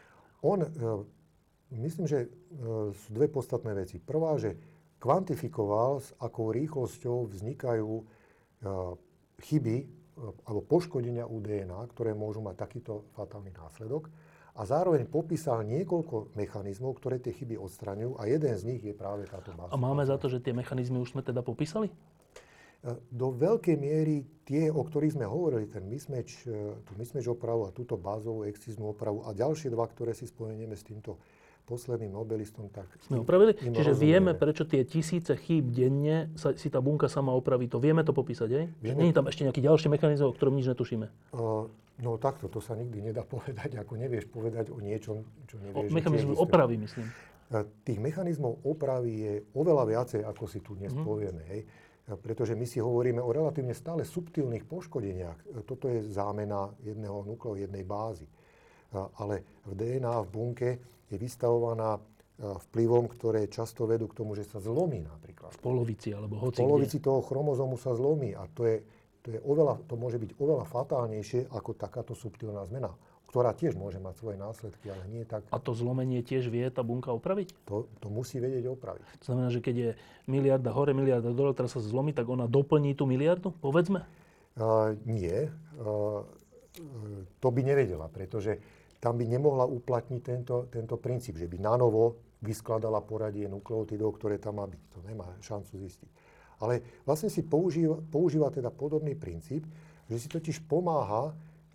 Myslím, že sú dve podstatné veci. Prvá, že kvantifikoval, s akou rýchlosťou vznikajú chyby alebo poškodenia u DNA, ktoré môžu mať takýto fatálny následok. A zároveň popísal niekoľko mechanizmov, ktoré tie chyby odstraňujú a jeden z nich je práve táto báza. A máme za to, že tie mechanizmy už sme teda popísali? Do veľkej miery tie, o ktorých sme hovorili, tú mismatch opravu a túto bázovú excíznú opravu a ďalšie dva, ktoré si spomenieme s týmto posledným Nobelistom, tak... Sme opravili? Čiže vieme, prečo tie tisíce chýb denne si tá bunka sama opraví. To vieme to popísať, hej? Nie je tam ešte nejaký ďalší mechanizmus, o ktorom nič netušíme? No takto, to sa nikdy nedá povedať, ako nevieš povedať o niečom, čo nevieš. Mechanizmus opravy, myslím. Tých mechanizmov opravy je oveľa viacej, ako si tu dnes povieme, hej? Pretože my si hovoríme o relatívne stále subtilných poškodeniach. Toto je zámena jedného nukleu, jednej bázy. Ale v DNA, v bunke je vystavovaná vplyvom, ktoré často vedú k tomu, že sa zlomí napríklad. V polovici alebo hoci v polovici toho chromozómu sa zlomí a to môže byť oveľa fatálnejšie ako takáto subtilná zmena, ktorá tiež môže mať svoje následky, ale nie tak... A to zlomenie tiež vie tá bunka opraviť? To musí vedieť opraviť. To znamená, že keď je miliarda hore, miliarda dole, teraz sa zlomí, tak ona doplní tú miliardu, povedzme? Nie. To by nevedela, pretože tam by nemohla uplatniť tento princíp, že by nanovo vyskladala poradie nukleotidov, ktoré tam má byť. To nemá šancu zistiť. Ale vlastne si používa teda podobný princíp, že si totiž pomáha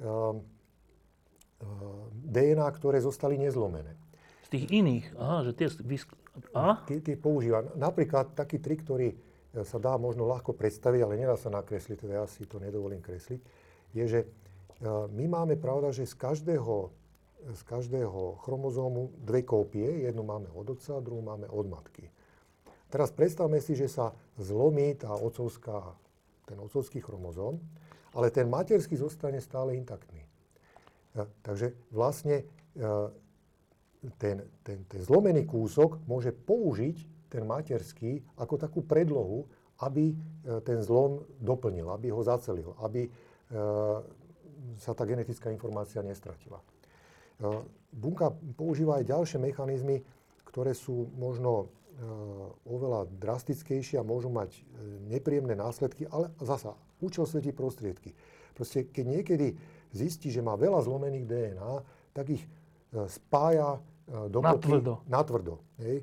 DNA, ktoré zostali nezlomené. Z tých iných? Aha, že tie... Tie používa. Napríklad taký trik, ktorý sa dá možno ľahko predstaviť, ale nedá sa nakresliť, teda ja si to nedovolím kresliť, je, že my máme, pravda, že z každého chromozómu dve kópie. Jednu máme od otca, druhú máme od matky. Teraz predstavme si, že sa zlomí ten otcovský chromozóm ale ten materský zostane stále intaktný. Takže vlastne ten zlomený kúsok môže použiť ten materský ako takú predlohu, aby ten zlom doplnil, aby ho zacelil, aby sa tá genetická informácia nestratila. Bunka používa aj ďalšie mechanizmy, ktoré sú možno oveľa drastickejšie a môžu mať nepríjemné následky, ale zasa účel svätí prostriedky. Proste keď niekedy zistí, že má veľa zlomených DNA, tak ich spája dokopy natvrdo.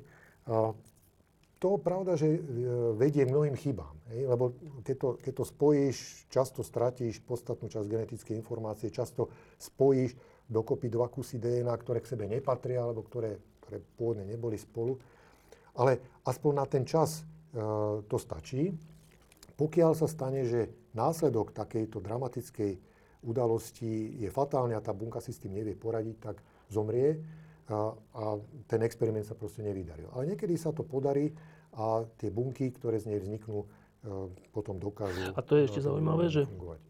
To pravda, že vedie k mnohým chybám. Lebo keď to spojíš, často stratíš podstatnú časť genetickej informácie, často spojíš dokopy dva kusy DNA, ktoré k sebe nepatria, alebo ktoré pôvodne neboli spolu. Ale aspoň na ten čas to stačí. Pokiaľ sa stane, že následok takejto dramatickej udalosti je fatálny a tá bunka si s tým nevie poradiť, tak zomrie a ten experiment sa proste nevydaril. Ale niekedy sa to podarí a tie bunky, ktoré z nej vzniknú, potom dokážu. A to je ešte zaujímavé, že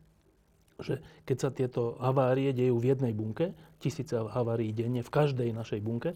keď sa tieto havárie dejú v jednej bunke, tisíce havárií denne v každej našej bunke,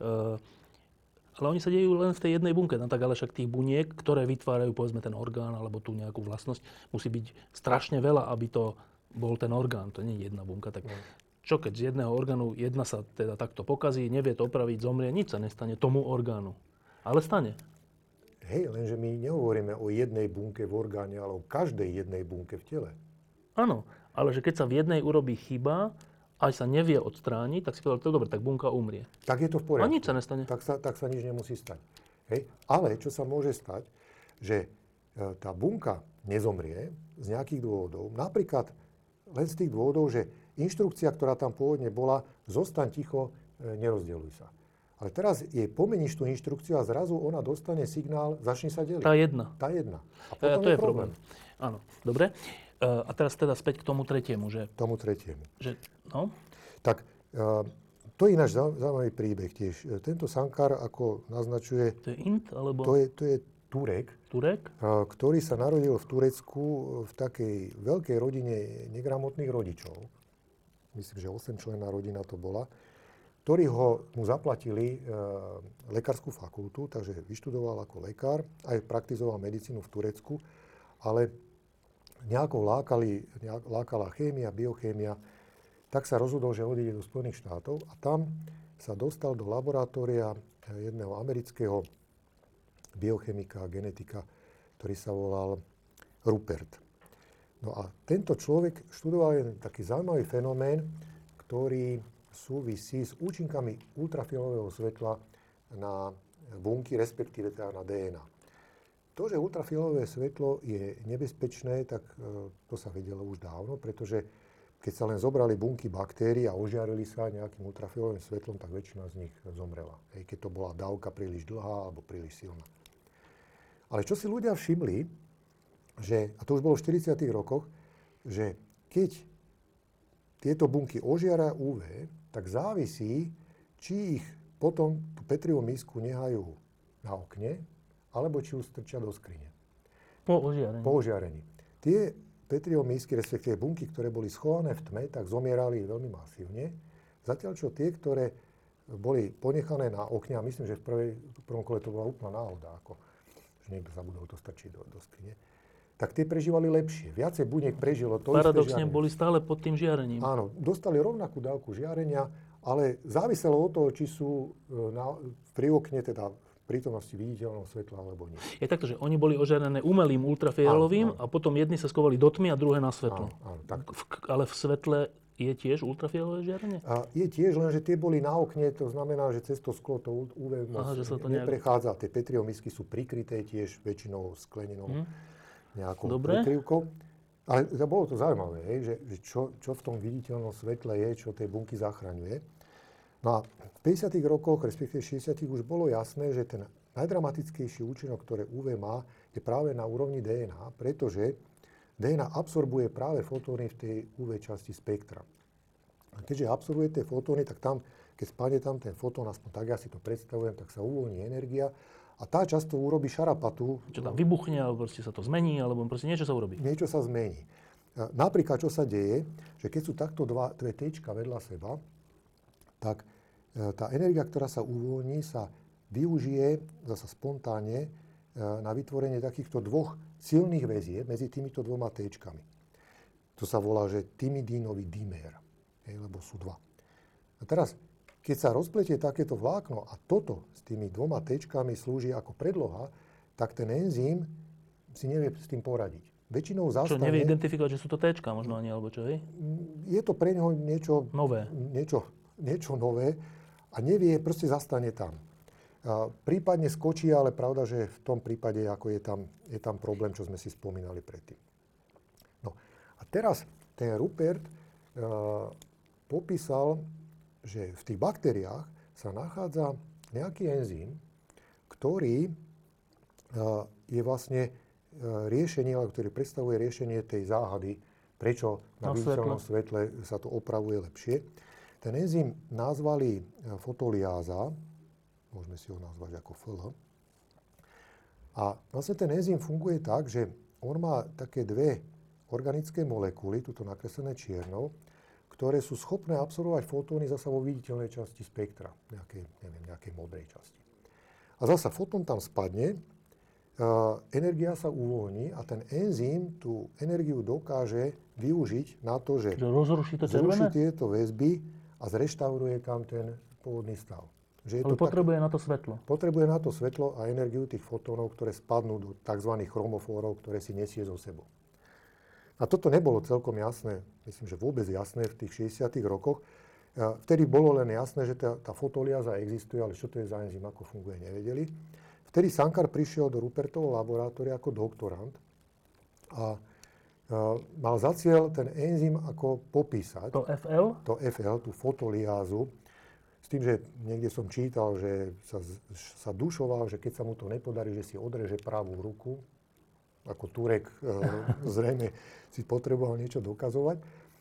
ale oni sa dejú len v tej jednej bunke. No tak ale však tých buniek, ktoré vytvárajú povedzme ten orgán alebo tú nejakú vlastnosť, musí byť strašne veľa, aby to bol ten orgán. To nie je jedna bunka. Tak čo keď z jedného orgánu jedna sa teda takto pokazí, nevie to opraviť, zomrie, nič sa nestane tomu orgánu. Ale stane. Hej, lenže my nehovoríme o jednej bunke v orgáne, ale o každej jednej bunke v tele. Áno, ale že keď sa v jednej urobí chyba, aj sa nevie odstrániť, tak si povedal, to je dobre, tak bunka umrie. Tak je to v poriadku. A nič sa nestane. Tak sa nič nemusí stať. Hej? Ale čo sa môže stať, že tá bunka nezomrie z nejakých dôvodov. Napríklad len z tých dôvodov, že inštrukcia, ktorá tam pôvodne bola, zostaň ticho, nerozdeľuj sa. Ale teraz jej pomeníš tú inštrukciu a zrazu ona dostane signál, začni sa deliť. Tá jedna. A potom to je problém. Áno, dobre. A teraz teda späť k tomu tretiemu, že... Tomu tretiemu. Že, no? Tak, to je ináč zaujímavý príbeh tiež. Tento Sankar, ako naznačuje... To je Ind, alebo... To je Turek. Turek? Ktorý sa narodil v Turecku v takej veľkej rodine negramotných rodičov. Myslím, že 8-členná rodina to bola. Ktorí mu zaplatili lekárskú fakultu, takže vyštudoval ako lekár, aj praktizoval medicínu v Turecku, ale nejako lákala chémia, biochémia, tak sa rozhodol, že odíde do Spojených štátov a tam sa dostal do laboratória jedného amerického biochemika a genetika, ktorý sa volal Rupert. No a tento človek študoval jeden taký zaujímavý fenomén, ktorý súvisí s účinkami ultrafialového svetla na bunky, respektíve teda na DNA. To, že ultrafialové svetlo je nebezpečné, tak to sa vedelo už dávno, pretože keď sa len zobrali bunky baktérií a ožiarili sa nejakým ultrafialovým svetlom, tak väčšina z nich zomrela. Keď to bola dávka príliš dlhá alebo príliš silná. Ale čo si ľudia všimli, že, a to už bolo v 40. rokoch, že keď tieto bunky ožiaria UV, tak závisí, či ich potom tú Petriovú misku nehajú na okne, alebo či ju strčia do skrine. Po ožiarení. Tie Petriové misky, respektíve bunky, ktoré boli schované v tme, tak zomierali veľmi masívne. Zatiaľ, čo tie, ktoré boli ponechané na okne, a myslím, že v prvom kole to bola úplná náhoda, ako že niekto zabudol to strčiť do skrine, tak tie prežívali lepšie. Viacej buniek prežilo to paradoxne boli stále pod tým žiarením. Áno, dostali rovnakú dávku žiarenia, ale záviselo od toho, či sú pri okne, teda v prítomnosti viditeľného svetla, alebo nie. Je takto, že oni boli ožiarené umelým ultrafialovým a potom jedni sa skovali do tmy a druhé na svetlo. Áno, tak. Ale v svetle je tiež ultrafialové žiarenie? Je tiež, lenže tie boli na okne, to znamená, že cez to sklo to UV moc neprechádza. Tie Petriové misky sú prikryté tiež väčšinou skleninou. Nejakou prekryvkou. Ale bolo to zaujímavé, že čo v tom viditeľnom svetle je, čo tie bunky zachraňuje. No a v 50. rokoch, respektíve 60. už bolo jasné, že ten najdramatickejší účinok, ktoré UV má, je práve na úrovni DNA, pretože DNA absorbuje práve fotóny v tej UV časti spektra. A keďže absorbuje tie fotóny, tak tam, keď spadne tam ten fotón, aspoň tak ja si to predstavujem, tak sa uvoľní energia. A tá často urobí šarapatu. Čo tam vybuchne, alebo proste sa to zmení, alebo proste niečo sa urobí. Niečo sa zmení. Napríklad, čo sa deje, že keď sú takto dve téčka vedľa seba, tak tá energia, ktorá sa uvoľní, sa využije zasa spontánne na vytvorenie takýchto dvoch silných väzieb medzi týmito dvoma téčkami. To sa volá, že tymidínový dimér, lebo sú dva. A teraz, keď sa rozpletie takéto vlákno a toto s tými dvoma téčkami slúži ako predloha, tak ten enzym si nevie s tým poradiť. Väčšinou zastane... Čo, nevie identifikovať, že sú to téčka možno ani, alebo čo, hej? Je to pre neho niečo... Nové. Niečo nové a nevie, proste zastane tam. Prípadne skočí, ale pravda, že v tom prípade ako je tam problém, čo sme si spomínali predtým. No a teraz ten Rupert popísal, že v tých baktériách sa nachádza nejaký enzym, ktorý je vlastne riešenie, ktorý predstavuje riešenie tej záhady, prečo na viditeľnom svetle sa to opravuje lepšie. Ten enzym nazvali fotoliáza, môžeme si ho nazvať ako FL. A vlastne ten enzym funguje tak, že on má také dve organické molekuly, tuto nakreslené čiernou, ktoré sú schopné absorbovať fotóny zasa vo viditeľnej časti spektra, nejakej modrej časti. A zasa fotón tam spadne, energia sa uvoľní a ten enzym tú energiu dokáže využiť na to, že zruší tieto väzby a zreštauruje tam ten pôvodný stav. Ale potrebuje na to svetlo. Potrebuje na to svetlo a energiu tých fotónov, ktoré spadnú do tzv. Chromofórov, ktoré si nesie so sebou. A toto nebolo celkom jasné, myslím, že vôbec jasné v tých 60. rokoch. Vtedy bolo len jasné, že tá fotoliáza existuje, ale čo to je za enzym, ako funguje, nevedeli. Vtedy Sankar prišiel do Rupertovho laboratória ako doktorant a mal za cieľ ten enzym ako popísať. To FL? To FL, tú fotoliázu. S tým, že niekde som čítal, že sa dušoval, že keď sa mu to nepodarí, že si odreže pravú ruku. Ako Turek zrejme si potreboval niečo dokazovať.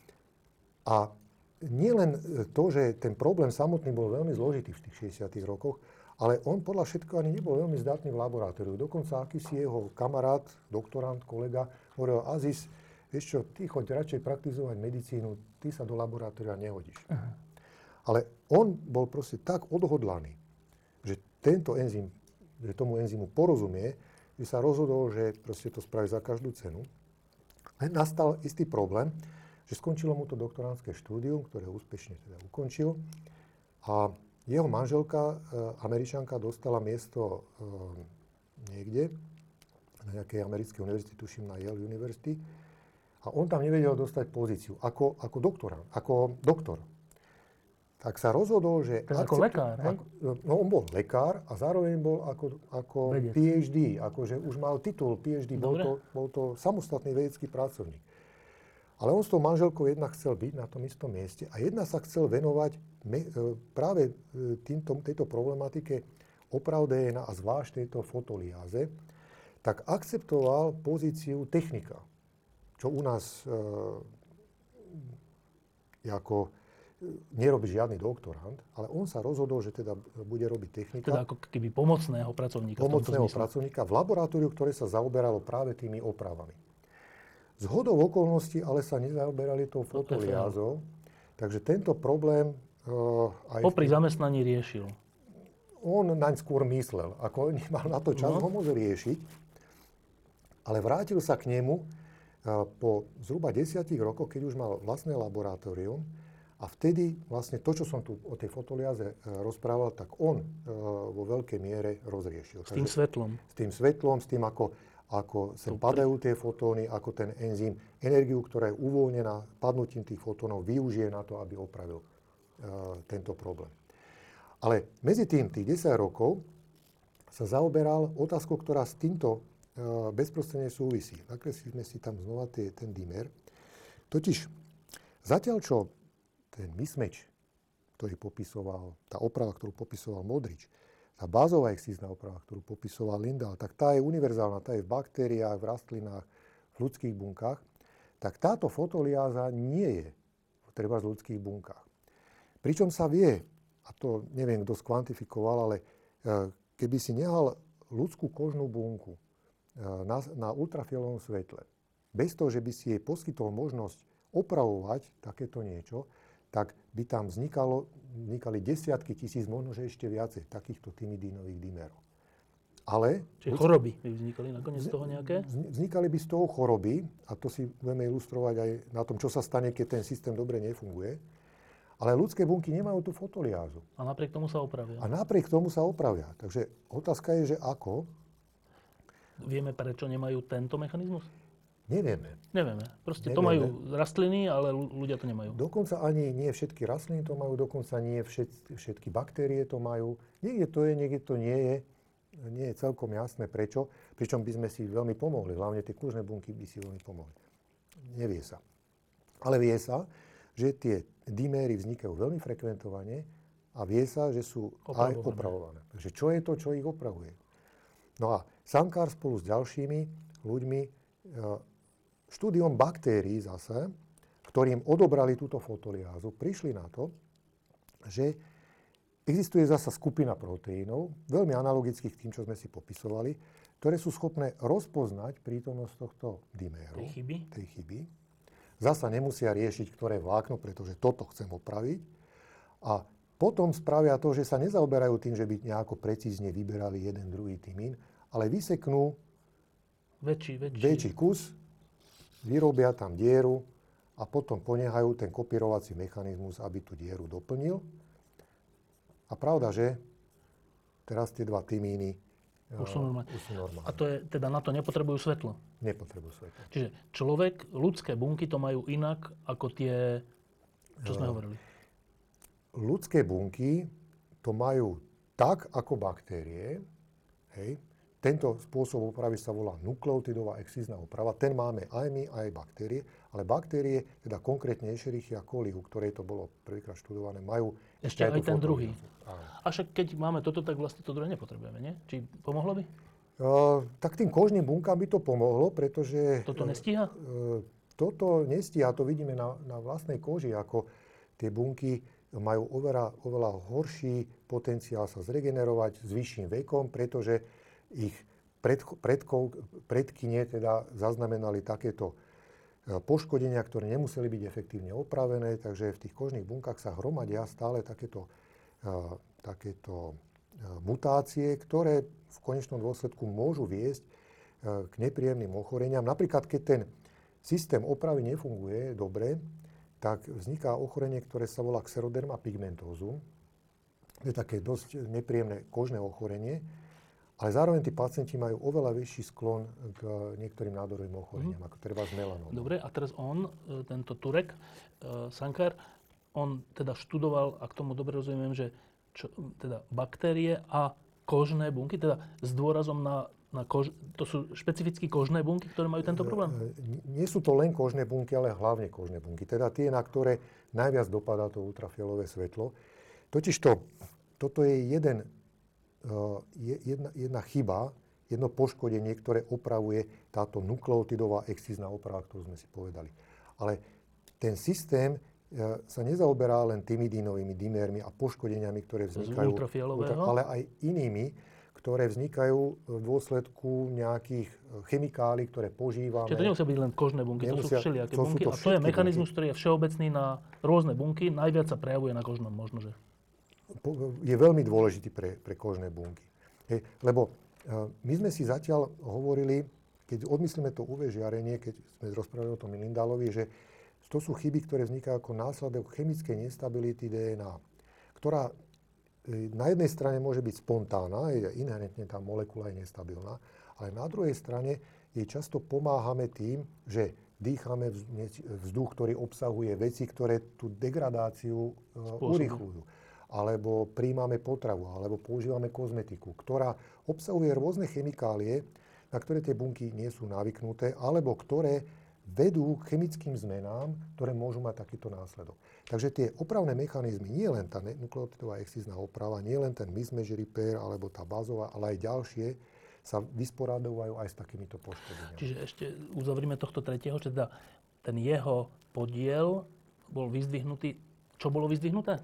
A nielen to, že ten problém samotný bol veľmi zložitý v tých 60. rokoch, ale on podľa všetkého ani nebol veľmi zdatný v laboratóriu. Dokonca akýsi jeho kamarát, doktorant, kolega, hovoril: Aziz, vieš čo, ty choď radšej praktizovať medicínu, ty sa do laboratória nehodíš. Aha. Ale on bol proste tak odhodlaný, že tento enzym, že tomu enzymu porozumie, že sa rozhodol, že proste to spraví za každú cenu. Len nastal istý problém, že skončilo mu to doktorantské štúdium, ktoré úspešne teda ukončil. A jeho manželka, Američanka, dostala miesto niekde, na nejakej americkej univerzite, tuším na Yale University. A on tam nevedel dostať pozíciu ako doktorant, ako doktor. Tak sa rozhodol, že... Ako lekár, hej? No, on bol lekár a zároveň bol ako PhD, akože už mal titul PhD, bol to samostatný vedecký pracovník. Ale on s tou manželkou jednak chcel byť na tom istom mieste a jedna sa chcel venovať práve tejto problematike oprav DNA a zvlášť tejto fotoliáze, tak akceptoval pozíciu technika, čo u nás ako nerobí žiadny doktorant, ale on sa rozhodol, že teda bude robiť technika. Teda ako keby pomocného pracovníka. Pomocného pracovníka v laboratóriu, ktoré sa zaoberalo práve tými opravami. Zhodou okolností ale sa nezaoberali tou fotoliázou, takže tento problém... Popri zamestnaní riešil. On naň skôr myslel, ako nemal na to čas ho môže riešiť, ale vrátil sa k nemu po zhruba 10 rokoch, keď už mal vlastné laboratórium a vtedy vlastne to, čo som tu o tej fotoliáze rozprával, tak on vo veľkej miere rozriešil. S tým svetlom. S tým svetlom, s tým, ako sem padajú tie fotóny, ako ten enzym energiu, ktorá je uvoľnená padnutím tých fotónov, využije na to, aby opravil tento problém. Ale medzi tým, tých 10 rokov, sa zaoberal otázkou, ktorá s týmto bezprostredne súvisí. Nakreslíme si tam znova ten dimer. Totiž, zatiaľ čo ten mismatch, ktorý popisoval, tá oprava, ktorú popisoval Modrič, tá bázová excízna oprava, ktorú popisoval Lindahl, tak tá je univerzálna, tá je v baktériách, v rastlinách, v ľudských bunkách, tak táto fotoliáza nie je treba v ľudských bunkách. Pričom sa vie, a to neviem, kto skvantifikoval, ale keby si nehal ľudskú kožnú bunku na ultrafialovom svetle, bez toho, že by si jej poskytol možnosť opravovať takéto niečo, tak by tam vznikali desiatky tisíc, možno že ešte viacej takýchto timidínových dimerov. Ale... Čiže choroby by vznikali nakoniec z toho nejaké? Vznikali by z toho choroby, a to si budeme ilustrovať aj na tom, čo sa stane, keď ten systém dobre nefunguje. Ale ľudské bunky nemajú tú fotoliázu. A napriek tomu sa opravia. Takže otázka je, že ako? Vieme, prečo nemajú tento mechanizmus? Nevieme. Proste to majú rastliny, ale ľudia to nemajú. Dokonca ani nie všetky rastliny to majú, dokonca nie všetky baktérie to majú. Niekde to je, niekde to nie je. Nie je celkom jasné prečo. Pričom by sme si veľmi pomohli. Hlavne tie kľúčne bunky by si veľmi pomohli. Nevie sa. Ale vie sa, že tie diméry vznikajú veľmi frekventovane a vie sa, že sú aj opravované. Takže čo je to, čo ich opravuje? No a Sankar spolu s ďalšími ľuďmi štúdiom baktérií zase, ktorým odobrali túto fotoliázu, prišli na to, že existuje zasa skupina proteínov, veľmi analogických k tým, čo sme si popisovali, ktoré sú schopné rozpoznať prítomnosť tohto diméru, tej chyby. Zasa nemusia riešiť, ktoré vlákno, pretože toto chcem opraviť. A potom spravia to, že sa nezaoberajú tým, že by nejako precízne vyberali jeden, druhý tymín, ale vyseknú väčší kus, vyrobia tam dieru a potom ponechajú ten kopírovací mechanizmus, aby tú dieru doplnil. A pravda, že teraz tie dva tymíny už sú normálne. A to je, teda na to nepotrebujú svetlo? Nepotrebujú svetlo. Čiže ľudské bunky to majú inak ako tie, čo sme hovorili? Ľudské bunky to majú tak ako baktérie, hej. Tento spôsob opravy sa volá nukleotidová excízna oprava. Ten máme aj my, aj baktérie. Ale baktérie, teda konkrétne Escherichia coli, u ktorej to bolo prvýkrát študované, majú ešte aj ten druhý. A však keď máme toto, tak vlastne to druhé nepotrebujeme, nie? Či pomohlo by? Tak tým kožným bunkám by to pomohlo, pretože... Toto nestíha? Toto nestíha. To vidíme na vlastnej koži, ako tie bunky majú oveľa horší potenciál sa zregenerovať s vyšším vekom, pretože ich predkyne teda zaznamenali takéto poškodenia, ktoré nemuseli byť efektívne opravené, takže v tých kožných bunkách sa hromadia stále takéto mutácie, ktoré v konečnom dôsledku môžu viesť k nepríjemným ochoreniam. Napríklad, keď ten systém opravy nefunguje dobre, tak vzniká ochorenie, ktoré sa volá xeroderma pigmentózum. To je také dosť nepríjemné kožné ochorenie. Ale zároveň tí pacienti majú oveľa vyšší sklon k niektorým nádorovým ochoreniam, ako treba z melanómu. Dobre, a teraz tento Turek, Sankar, on teda študoval, ak tomu dobre rozumiem, že teda baktérie a kožné bunky, teda s dôrazom na to sú špecificky kožné bunky, ktoré majú tento problém? Nie sú to len kožné bunky, ale hlavne kožné bunky. Teda tie, na ktoré najviac dopadá to ultrafialové svetlo. Totižto, toto je jedna chyba, jedno poškodenie, ktoré opravuje táto nukleotidová excízna oprava, ktorú sme si povedali. Ale ten systém sa nezaoberá len timidínovými dimérmi a poškodeniami, ktoré vznikajú, ale aj inými, ktoré vznikajú v dôsledku nejakých chemikálií, ktoré požívame. Čiže to nemusia byť len kožné bunky, to sú všelijaké bunky. A to je mechanizmus, ktorý je všeobecný na rôzne bunky. Najviac sa prejavuje na kožnom možnože. Je veľmi dôležitý pre kožné bunky. Lebo my sme si zatiaľ hovorili, keď odmyslíme to UV žiarenie, keď sme rozprávali o tom Lindálovi, že to sú chyby, ktoré vznikajú ako následok chemickej nestability DNA, ktorá na jednej strane môže byť spontánna, inherentne tá molekula je nestabilná, ale na druhej strane jej často pomáhame tým, že dýchame vzduch, ktorý obsahuje veci, ktoré tú degradáciu urýchľujú. Alebo príjmame potravu, alebo používame kozmetiku, ktorá obsahuje rôzne chemikálie, na ktoré tie bunky nie sú navyknuté, alebo ktoré vedú k chemickým zmenám, ktoré môžu mať takýto následok. Takže tie opravné mechanizmy, nie len tá nukleotidová excízna oprava, nie len ten mismatch repair, alebo tá bázová, ale aj ďalšie, sa vysporadovajú aj s takýmito poškodeniami. Čiže ešte uzavrime tohto tretieho, že teda ten jeho podiel bol vyzdvihnutý. Čo bolo vyzdvihnuté?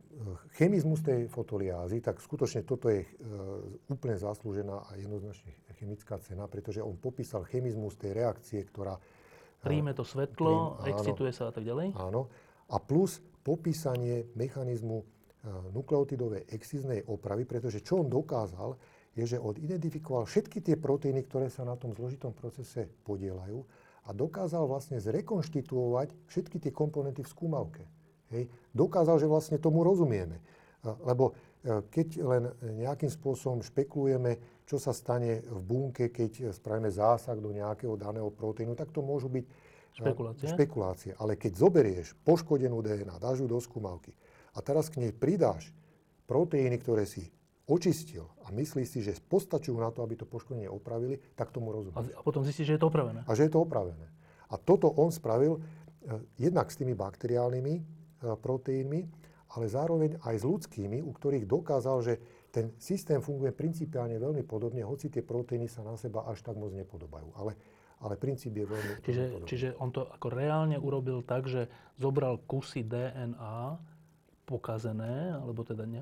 Chemizmus tej fotoliázy, tak skutočne toto je úplne zaslúžená a jednoznačne chemická cena, pretože on popísal chemizmus tej reakcie, ktorá... Príjme to svetlo, excituje sa a tak ďalej. Áno. A plus popísanie mechanizmu nukleotidovej exciznej opravy, pretože čo on dokázal, je, že on identifikoval všetky tie proteíny, ktoré sa na tom zložitom procese podieľajú a dokázal vlastne zrekonštituovať všetky tie komponenty v skúmavke. Hej. Dokázal, že vlastne tomu rozumieme. Lebo keď len nejakým spôsobom špekulujeme, čo sa stane v bunke, keď spravíme zásah do nejakého daného proteínu, tak to môžu byť špekulácie. Ale keď zoberieš poškodenú DNA, dáš ju do skúmavky a teraz k nej pridáš proteíny, ktoré si očistil a myslíš si, že postačujú na to, aby to poškodenie opravili, tak tomu rozumieš. A potom zistíš, že je to opravené. A že je to opravené. A toto on spravil jednak s tými bakteriálnymi proteínmi, ale zároveň aj s ľudskými, u ktorých dokázal, že ten systém funguje principiálne veľmi podobne, hoci tie proteíny sa na seba až tak moc nepodobajú. Ale princíp je veľmi podobný. Čiže on to ako reálne urobil tak, že zobral kusy DNA pokazené, alebo teda nie.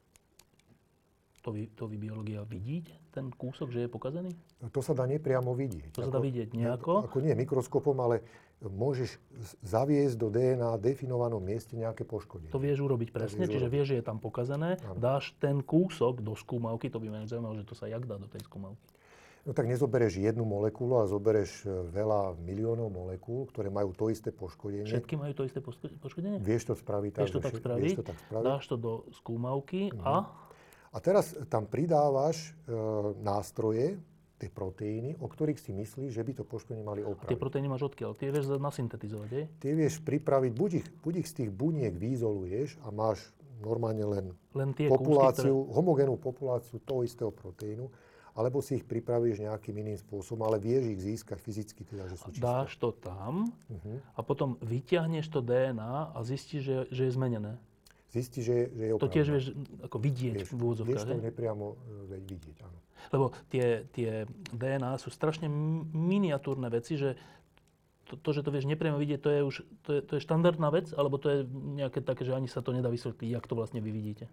To vy biológia vidíť, ten kúsok, že je pokazený? To sa dá nepriamo vidieť. To sa dá vidieť nejako? Ako nie mikroskopom, ale môžeš zaviesť do DNA definovanom mieste nejaké poškodenie. To vieš urobiť presne, čiže vieš, že je tam pokazené, dáš ten kúsok do skúmavky, to by ma zaujímalo, že to sa jak dá do tej skúmavky. No tak nezoberieš jednu molekulu, ale zoberieš veľa miliónov molekúl, ktoré majú to isté poškodenie. Všetky majú to isté poškodenie? Vieš to spraviť tak. Vieš to tak spraviť, dáš to do skúmavky A teraz tam pridávaš nástroje, tie proteíny, o ktorých si myslíš, že by to poškodenie mali opraviť. A tie proteíny máš odkiaľ? Tie vieš nasyntetizovať, je? Tie vieš pripraviť, buď ich z tých buniek vyizoluješ a máš normálne len populáciu, homogénnu populáciu toho istého proteínu, alebo si ich pripravíš nejakým iným spôsobom, ale vieš ich získať fyzicky, teda, že sú čisté. Dáš to tam a potom vyťahneš to DNA a zistíš, že je zmenené. Zistí, že je opravdu. To tiež vieš ako vidieť v úvodzovkách. Vieš to nepriamo vidieť, áno. Lebo tie DNA sú strašne miniatúrne veci, že to, že to vieš nepriamo vidieť, to je štandardná vec, alebo to je nejaké také, že ani sa to nedá vysvetliť, jak to vlastne vy vidíte?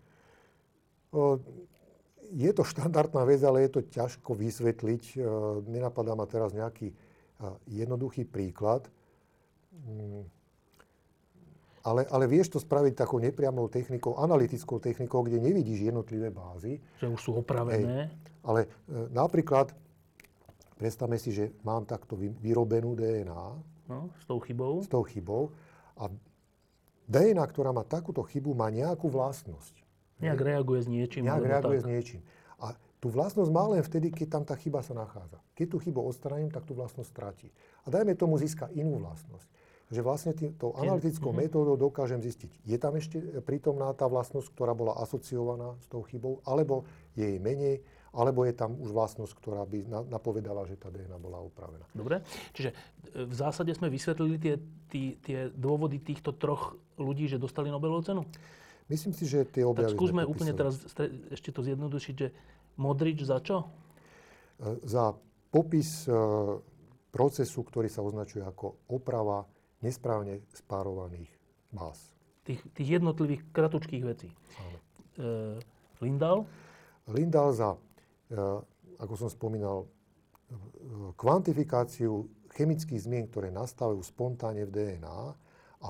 Je to štandardná vec, ale je to ťažko vysvetliť. Nenapadá ma teraz nejaký jednoduchý príklad. Ale vieš to spraviť takou nepriamou technikou, analytickou technikou, kde nevidíš jednotlivé bázy. Že už sú opravené. Ale napríklad, predstavme si, že mám takto vyrobenú DNA. No, s tou chybou. S tou chybou. A DNA, ktorá má takúto chybu, má nejakú vlastnosť. Nejak reaguje s niečím. S niečím. A tú vlastnosť má len vtedy, keď tam tá chyba sa nachádza. Keď tú chybu odstraním, tak tú vlastnosť stratí. A dajme tomu získa inú vlastnosť. Že vlastne tou analytickou metódou dokážem zistiť, je tam ešte prítomná tá vlastnosť, ktorá bola asociovaná s tou chybou, alebo je jej menej, alebo je tam už vlastnosť, ktorá by napovedala, že tá DNA bola opravená. Dobre. Čiže v zásade sme vysvetlili tie dôvody týchto troch ľudí, že dostali Nobelovú cenu? Myslím si, že tie objavy... Tak skúsme úplne teraz ešte to zjednodušiť, že Modrič za čo? Za popis procesu, ktorý sa označuje ako oprava nesprávne spárovaných báz. Tých jednotlivých kratučkých vecí. Lindau? Lindau za, ako som spomínal, kvantifikáciu chemických zmien, ktoré nastávajú spontánne v DNA a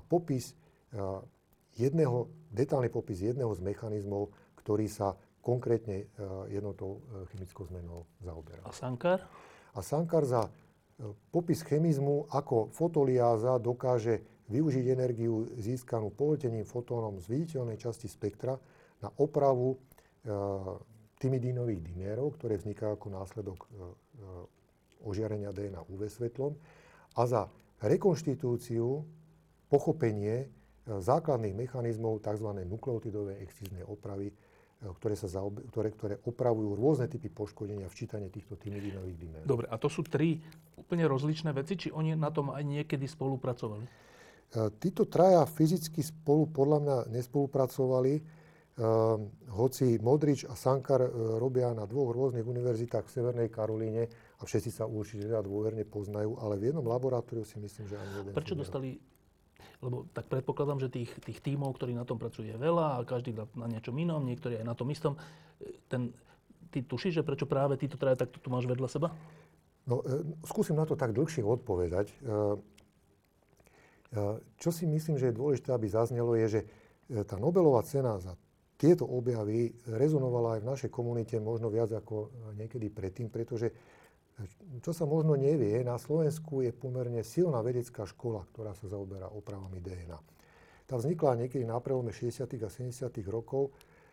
detálny popis jedného z mechanizmov, ktorý sa konkrétne jednotou chemickou zmenou zaoberá. A Sankar? A Sankar za popis chemizmu, ako fotoliáza dokáže využiť energiu získanú pohltením fotónom z viditeľnej časti spektra na opravu timidínových dimérov, ktoré vznikajú ako následok ožiarenia DNA UV svetlom. A za rekonštitúciu, pochopenie základných mechanizmov tzv. Nukleotidovej exciznej opravy, ktoré opravujú rôzne typy poškodenia, včítanie týchto timidínových dimérov. Dobre, a to sú tri úplne rozličné veci, či oni na tom aj niekedy spolupracovali? Títo traja fyzicky spolu podľa mňa nespolupracovali, hoci Modrič a Sankar robia na dvoch rôznych univerzitách v Severnej Karolíne a všetci sa určite dôverne poznajú, ale v jednom laboratóriu si myslím, že ani jeden. Prečo dostali? Lebo tak predpokladám, že tých tímov, ktorí na tom pracujú, je veľa a každý na niečom inom, niektorí aj na tom istom. ty tušíš, že prečo práve títo traja takto tu máš vedľa seba? No, skúsim na to tak dlhšie odpovedať. Čo si myslím, že je dôležité, aby zaznelo, je, že tá Nobelová cena za tieto objavy rezonovala aj v našej komunite možno viac ako niekedy predtým, pretože čo sa možno nevie, na Slovensku je pomerne silná vedecká škola, ktorá sa zaoberá opravami DNA. Tá vznikla niekedy na prelome 60. a 70. rokov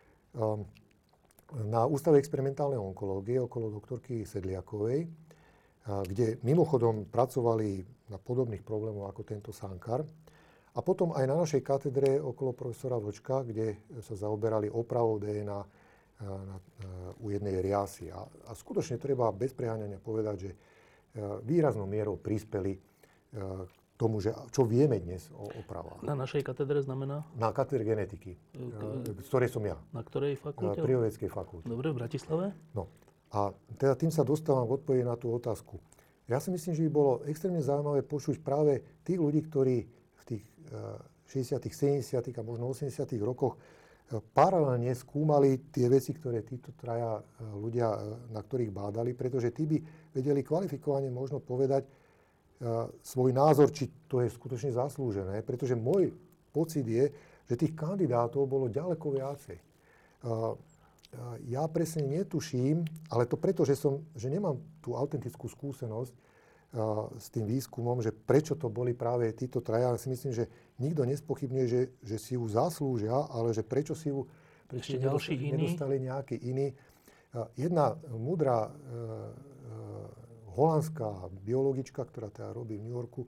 na Ústave experimentálnej onkológie okolo doktorky Sedliakovej, kde mimochodom pracovali na podobných problémoch ako tento Sankar. A potom aj na našej katedre okolo profesora Vlčka, kde sa zaoberali opravou DNA u jednej riasy. A skutočne treba bez preháňania povedať, že výraznou mierou prispeli k tomu, že čo vieme dnes o opravách. Na našej katedre znamená? Na katedre genetiky, z ktorej som ja. Na ktorej fakulte? Na prírodovedeckej fakulte. Dobre, v Bratislave? No. A teda tým sa dostávam k odpovedi na tú otázku. Ja si myslím, že by bolo extrémne zaujímavé počuť práve tých ľudí, ktorí v tých 60., 70. a možno 80. rokoch paralelne skúmali tie veci, ktoré títo traja ľudia, na ktorých bádali, pretože tí by vedeli kvalifikovane možno povedať svoj názor, či to je skutočne zaslúžené, pretože môj pocit je, že tých kandidátov bolo ďaleko viacej. Ja presne netuším, ale to preto, že nemám tú autentickú skúsenosť s tým výskumom, že prečo to boli práve títo traja. Ja si myslím, že nikto nespochybňuje, že si ju zaslúžia, ale že prečo si ju nedostali nejaký iný. Jedna múdra holandská biologička, ktorá teda robí v New Yorku,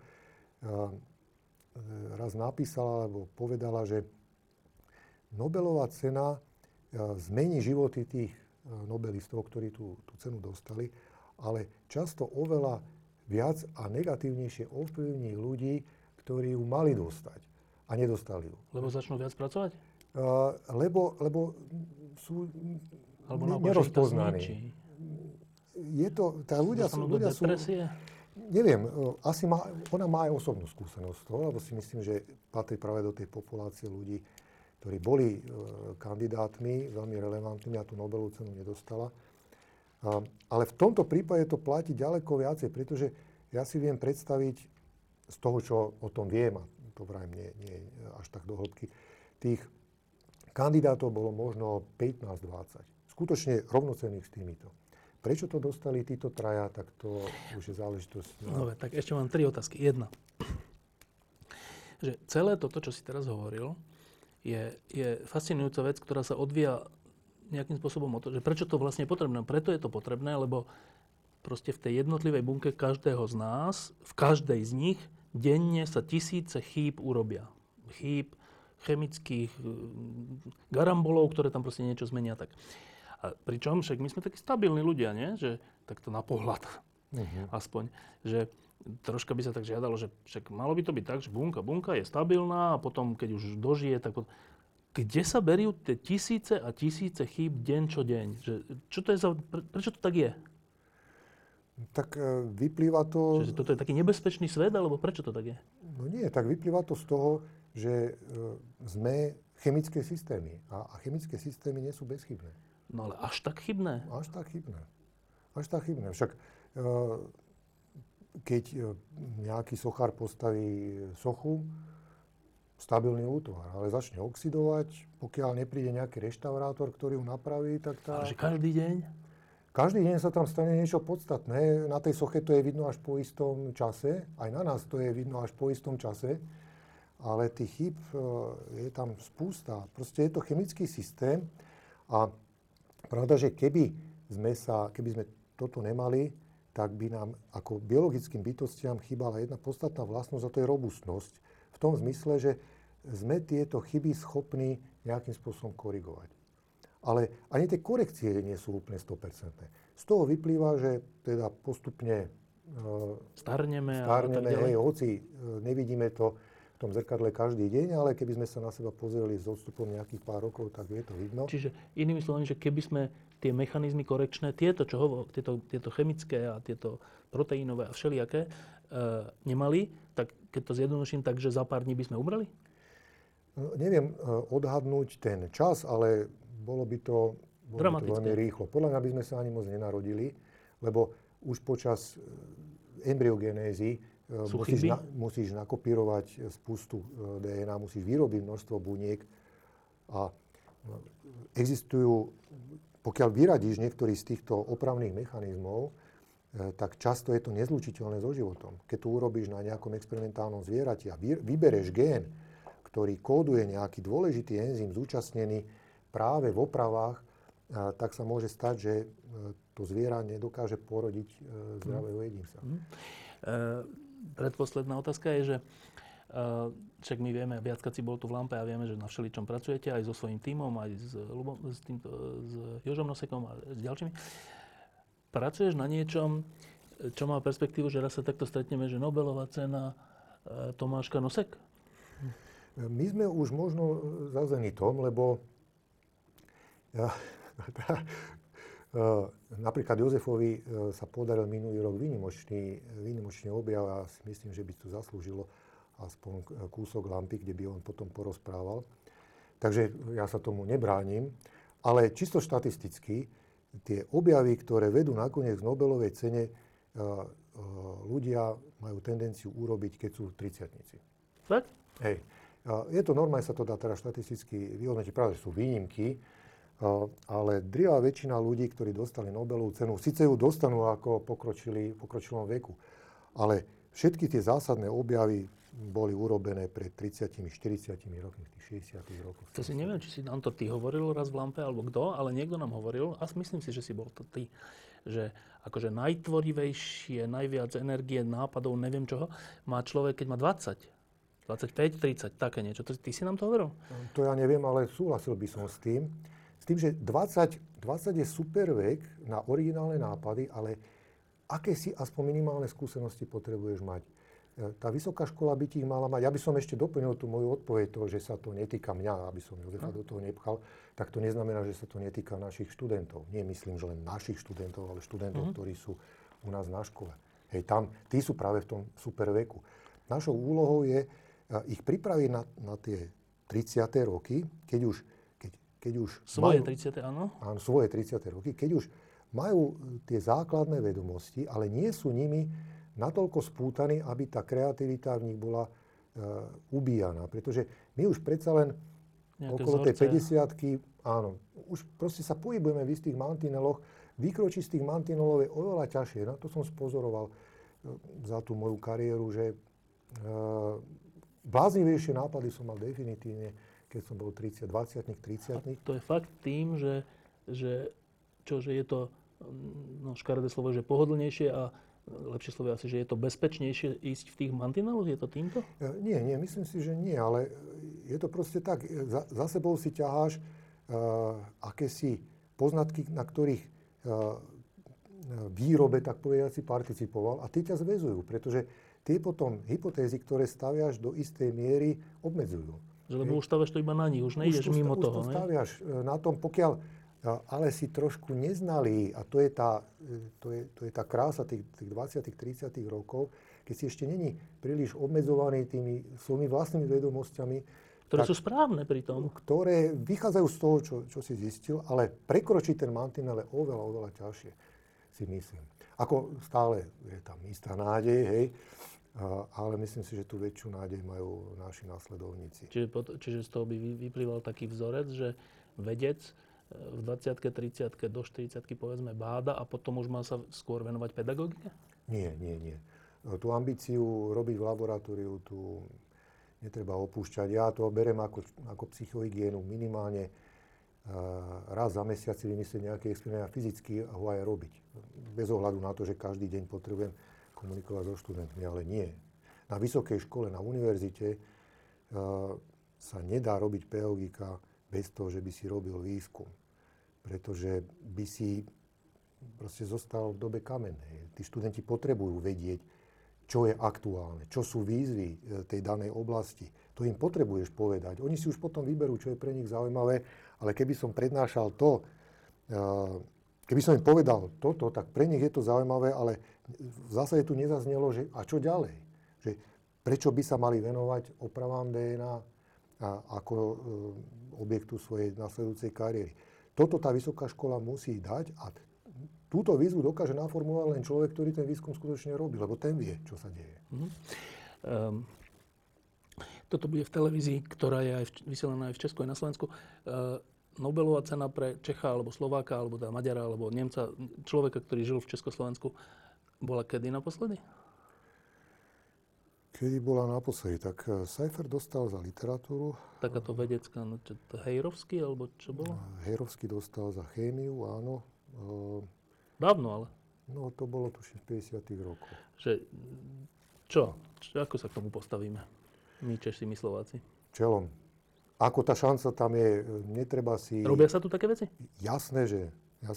raz napísala alebo povedala, že Nobelová cena zmení životy tých nobelistov, ktorí tú cenu dostali, ale často oveľa viac a negatívnejšie ovplyvní ľudí, ktorí ju mali dostať a nedostali ju. Lebo začnú viac pracovať? Lebo sú nerozpoznaní. Je to, ľudia sú... Depresie? Neviem, ona má aj osobnú skúsenosť z toho, lebo si myslím, že patrí práve do tej populácie ľudí, ktorí boli kandidátmi, veľmi relevantnými a tú Nobelovú cenu nedostala. Ale v tomto prípade to platí ďaleko viacej, pretože ja si viem predstaviť z toho, čo o tom viem, a to vrajím nie až tak do hĺbky, tých kandidátov bolo možno 15-20. Skutočne rovnocenných s týmito. Prečo to dostali títo traja, tak to už je záležitosť. No, tak ešte mám 3 otázky. Jedna. Že celé toto, čo si teraz hovoril, je fascinujúca vec, ktorá sa odvíja nejakým spôsobom o to, že prečo to vlastne je potrebné. Preto je to potrebné, lebo proste v tej jednotlivej bunke každého z nás, v každej z nich, denne sa tisíce chýb urobia. Chýb chemických garambolov, ktoré tam proste niečo zmenia. Tak. A pričom však my sme takí stabilní ľudia, nie? Že takto na pohľad. Aspoň. Že troška by sa tak žiadalo, že však malo by to byť tak, že bunka je stabilná a potom, keď už dožije, tak potom... Kde sa berú tie tisíce a tisíce chýb deň čo deň? Čo to je prečo to tak je? Tak vyplýva to... Že toto je taký nebezpečný svet, alebo prečo to tak je? No nie, tak vyplýva to z toho, že sme chemické systémy. A chemické systémy nie sú bezchybné. No ale až tak chybné? Až tak chybné. Však keď nejaký sochár postaví sochu, stabilný útvar, ale začne oxidovať, pokiaľ nepríde nejaký reštaurátor, ktorý ju napraví, tak tá... Ale že každý deň? Každý deň sa tam stane niečo podstatné. Na tej soche to je vidno až po istom čase. Aj na nás to je vidno až po istom čase. Ale tých chýb je tam spústa. Proste je to chemický systém. A pravda, že keby sme toto nemali, tak by nám ako biologickým bytostiam chýbala jedna podstatná vlastnosť, a to je robustnosť. V tom zmysle, že sme tieto chyby schopní nejakým spôsobom korigovať. Ale ani tie korekcie nie sú úplne 100%. Z toho vyplýva, že teda postupne starneme hoci nevidíme to v tom zrkadle každý deň, ale keby sme sa na seba pozreli s odstupom nejakých pár rokov, tak je to vidno. Čiže inými slovami, že keby sme tie mechanizmy korekčné, tieto chemické a tieto proteínové a všelijaké nemali, tak keď to zjednoduším, tak, že za pár dní by sme umreli? Neviem odhadnúť ten čas, ale bolo by to bolo to veľmi rýchlo. Podľa mňa by sme sa ani moc nenarodili, lebo už počas embryogenézy musíš nakopírovať spustu DNA, musíš vyrobiť množstvo buniek a existujú, pokiaľ vyradíš niektorý z týchto opravných mechanizmov, tak často je to nezlučiteľné so životom. Keď to urobíš na nejakom experimentálnom zvierati a vybereš gén, ktorý kóduje nejaký dôležitý enzym zúčastnený práve v opravách, tak sa môže stať, že to zviera nedokáže porodiť zdravého jedinca. Predposledná otázka je, že však my vieme, viackrát si bol tu v Lampe a vieme, že na všeličom pracujete aj so svojím tímom, aj s Jožom Nosekom a s ďalšími. Pracuješ na niečom, čo má perspektívu, že raz sa takto stretneme, že Nobelová cena Tomáška Nosek? My sme už možno zazení tom, lebo napríklad Jozefovi sa podaril minulý rok výnimočný objav a si myslím, že by to zaslúžilo aspoň kúsok lampy, kde by on potom porozprával. Takže ja sa tomu nebránim, ale čisto štatisticky tie objavy, ktoré vedú nakoniec k Nobelovej cene, ľudia majú tendenciu urobiť, keď sú 30-tnici. Fakt? Hej. Je to normálne, sa to dá teraz štatisticky vyhodnotiť, práve sú výnimky, ale drvivá väčšina ľudí, ktorí dostali Nobelovú cenu, síce ju dostanú ako pokročilom veku, ale všetky tie zásadné objavy boli urobené pred 30-40 rokmi, v tých 60 rokoch. To si neviem, či si nám to ty hovoril raz v Lampe, alebo kto, ale niekto nám hovoril, a myslím si, že si bol to ty, že akože najtvorivejšie, najviac energie, nápadov, neviem čoho, má človek, keď má 20, 25, 30, také niečo. Ty si nám to hovoril? To ja neviem, ale súhlasil by som s tým, že 20 je super vek na originálne nápady, ale aké si aspoň minimálne skúsenosti potrebuješ mať. Tá vysoká škola by ti ich mala mať. Ja by som ešte doplnil tú moju odpoveď toho, že sa to netýka mňa, aby som Jozefa do toho nepchal, tak to neznamená, že sa to netýka našich študentov. Nie myslím, že len našich študentov, ale študentov, ktorí sú u nás na škole. Hej, tí sú práve v tom super veku. Našou úlohou je ich pripraviť na tie 30. roky, keď už svoje 30. áno? Áno, svoje 30. roky, keď už majú tie základné vedomosti, ale nie sú nimi natoľko spútaní, aby tá kreativita v nich bola ubíjaná. Pretože my už predsa len okolo tej 50-ky, áno, už proste sa pohybujeme v istých mantineloch. Vykročiť z tých mantinelov je oveľa ťažšie. Na to som spozoroval za tú moju kariéru, že bláznivejšie nápady som mal definitívne, keď som bol 20-tník. To je fakt tým, že je to, škaredé slovo, že pohodlnejšie a lepšie slovo asi, že je to bezpečnejšie ísť v tých mantineloch? Je to týmto? Nie, myslím si, že nie, ale je to proste tak. Za sebou si ťaháš akési poznatky, na ktorých výrobe, tak povedať, si participoval a tie ťa zväzujú, pretože tie potom hypotézy, ktoré staviaš do istej miery, obmedzujú. Lebo už staviaš to iba na nich, už nejdeš mimo toho. Už to staviaš na tom, pokiaľ ale si trošku neznalý, a to je tá krása tých 20-30 rokov, keď si ešte není príliš obmedzovaný tými svojimi vlastnými vedomosťami. Ktoré sú správne pri tom. Ktoré vychádzajú z toho, čo si zistil, ale prekročiť ten mantinel je oveľa ťažšie, si myslím. Ako stále je tam istá nádej, hej, ale myslím si, že tú väčšiu nádej majú naši následovníci. Čiže z toho by vyplýval taký vzorec, že vedec v 20-ke, 30-ke, do 40-ky povedzme báda a potom už má sa skôr venovať pedagogike? Nie. Tú ambíciu robiť v laboratóriu, tu netreba opúšťať. Ja to berem ako psychohygienu. Minimálne raz za mesiac si vymyslieť nejaký experiment a fyzicky ho aj robiť. Bez ohľadu na to, že každý deň potrebujem komunikovať so študentmi, ale nie. Na vysokej škole, na univerzite sa nedá robiť pedagogika bez toho, že by si robil výskum. Pretože by si proste zostal v dobe kamennej. Tí študenti potrebujú vedieť, čo je aktuálne, čo sú výzvy tej danej oblasti. To im potrebuješ povedať. Oni si už potom vyberú, čo je pre nich zaujímavé, ale keby som prednášal to, keby som im povedal toto, tak pre nich je to zaujímavé, ale v zásade tu nezaznelo, že a čo ďalej? Že prečo by sa mali venovať opravám DNA ako objektu svojej nasledujúcej kariéry. toto tá vysoká škola musí dať a túto výzvu dokáže naformulovať len človek, ktorý ten výskum skutočne robí, lebo ten vie, čo sa deje. Toto bude v televízii, ktorá je aj vysielaná aj v Česku, aj na Slovensku. Nobelová cena pre Čecha, alebo Slováka, alebo teda Maďara, alebo Nemca, človeka, ktorý žil v Československu, bola kedy naposledy? Kedy bola naposledy? Tak Seifert dostal za literatúru. Takáto vedecká, no čo, Hejrovský, alebo čo bolo? Hejrovský dostal za chémiu, áno. Dávno, ale. No, to bolo tuším v 50. rokoch. Čo? Ako sa k tomu postavíme? My, Češi, my Slováci. Čelom. Ako tá šanca tam je, netreba si... Robia sa tu také veci? Jasné, že.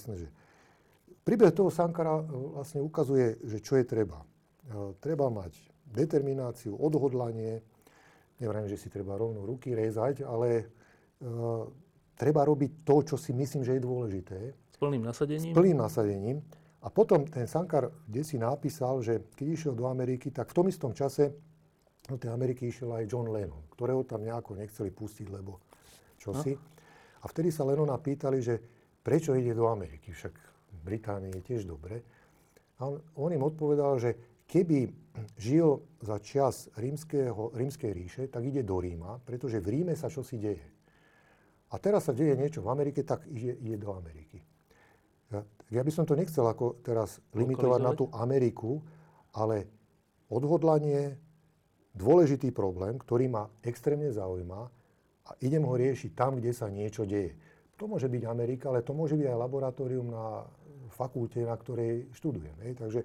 Príbeh toho Sankara vlastne ukazuje, že čo je treba. Treba mať determináciu, odhodlanie. Nevrajím, že si treba rovno ruky rezať, ale treba robiť to, čo si myslím, že je dôležité. S plným nasadením? S plným nasadením. A potom ten Sankar kdesi napísal, že keď išiel do Ameriky, tak v tom istom čase do tej Ameriky išiel aj John Lennon, ktorého tam nejako nechceli pustiť, lebo čosi. A vtedy sa Lennona pýtali, že prečo ide do Ameriky, však v Británii je tiež dobre. A on im odpovedal, že keby žil za čas rímskej ríše, tak ide do Ríma, pretože v Ríme sa čosi deje. A teraz sa deje niečo v Amerike, tak ide do Ameriky. Ja by som to nechcel ako teraz limitovať na tú Ameriku, ale odhodlanie, dôležitý problém, ktorý ma extrémne zaujíma a idem ho riešiť tam, kde sa niečo deje. To môže byť Amerika, ale to môže byť aj laboratórium na fakulte, na ktorej študujem. Takže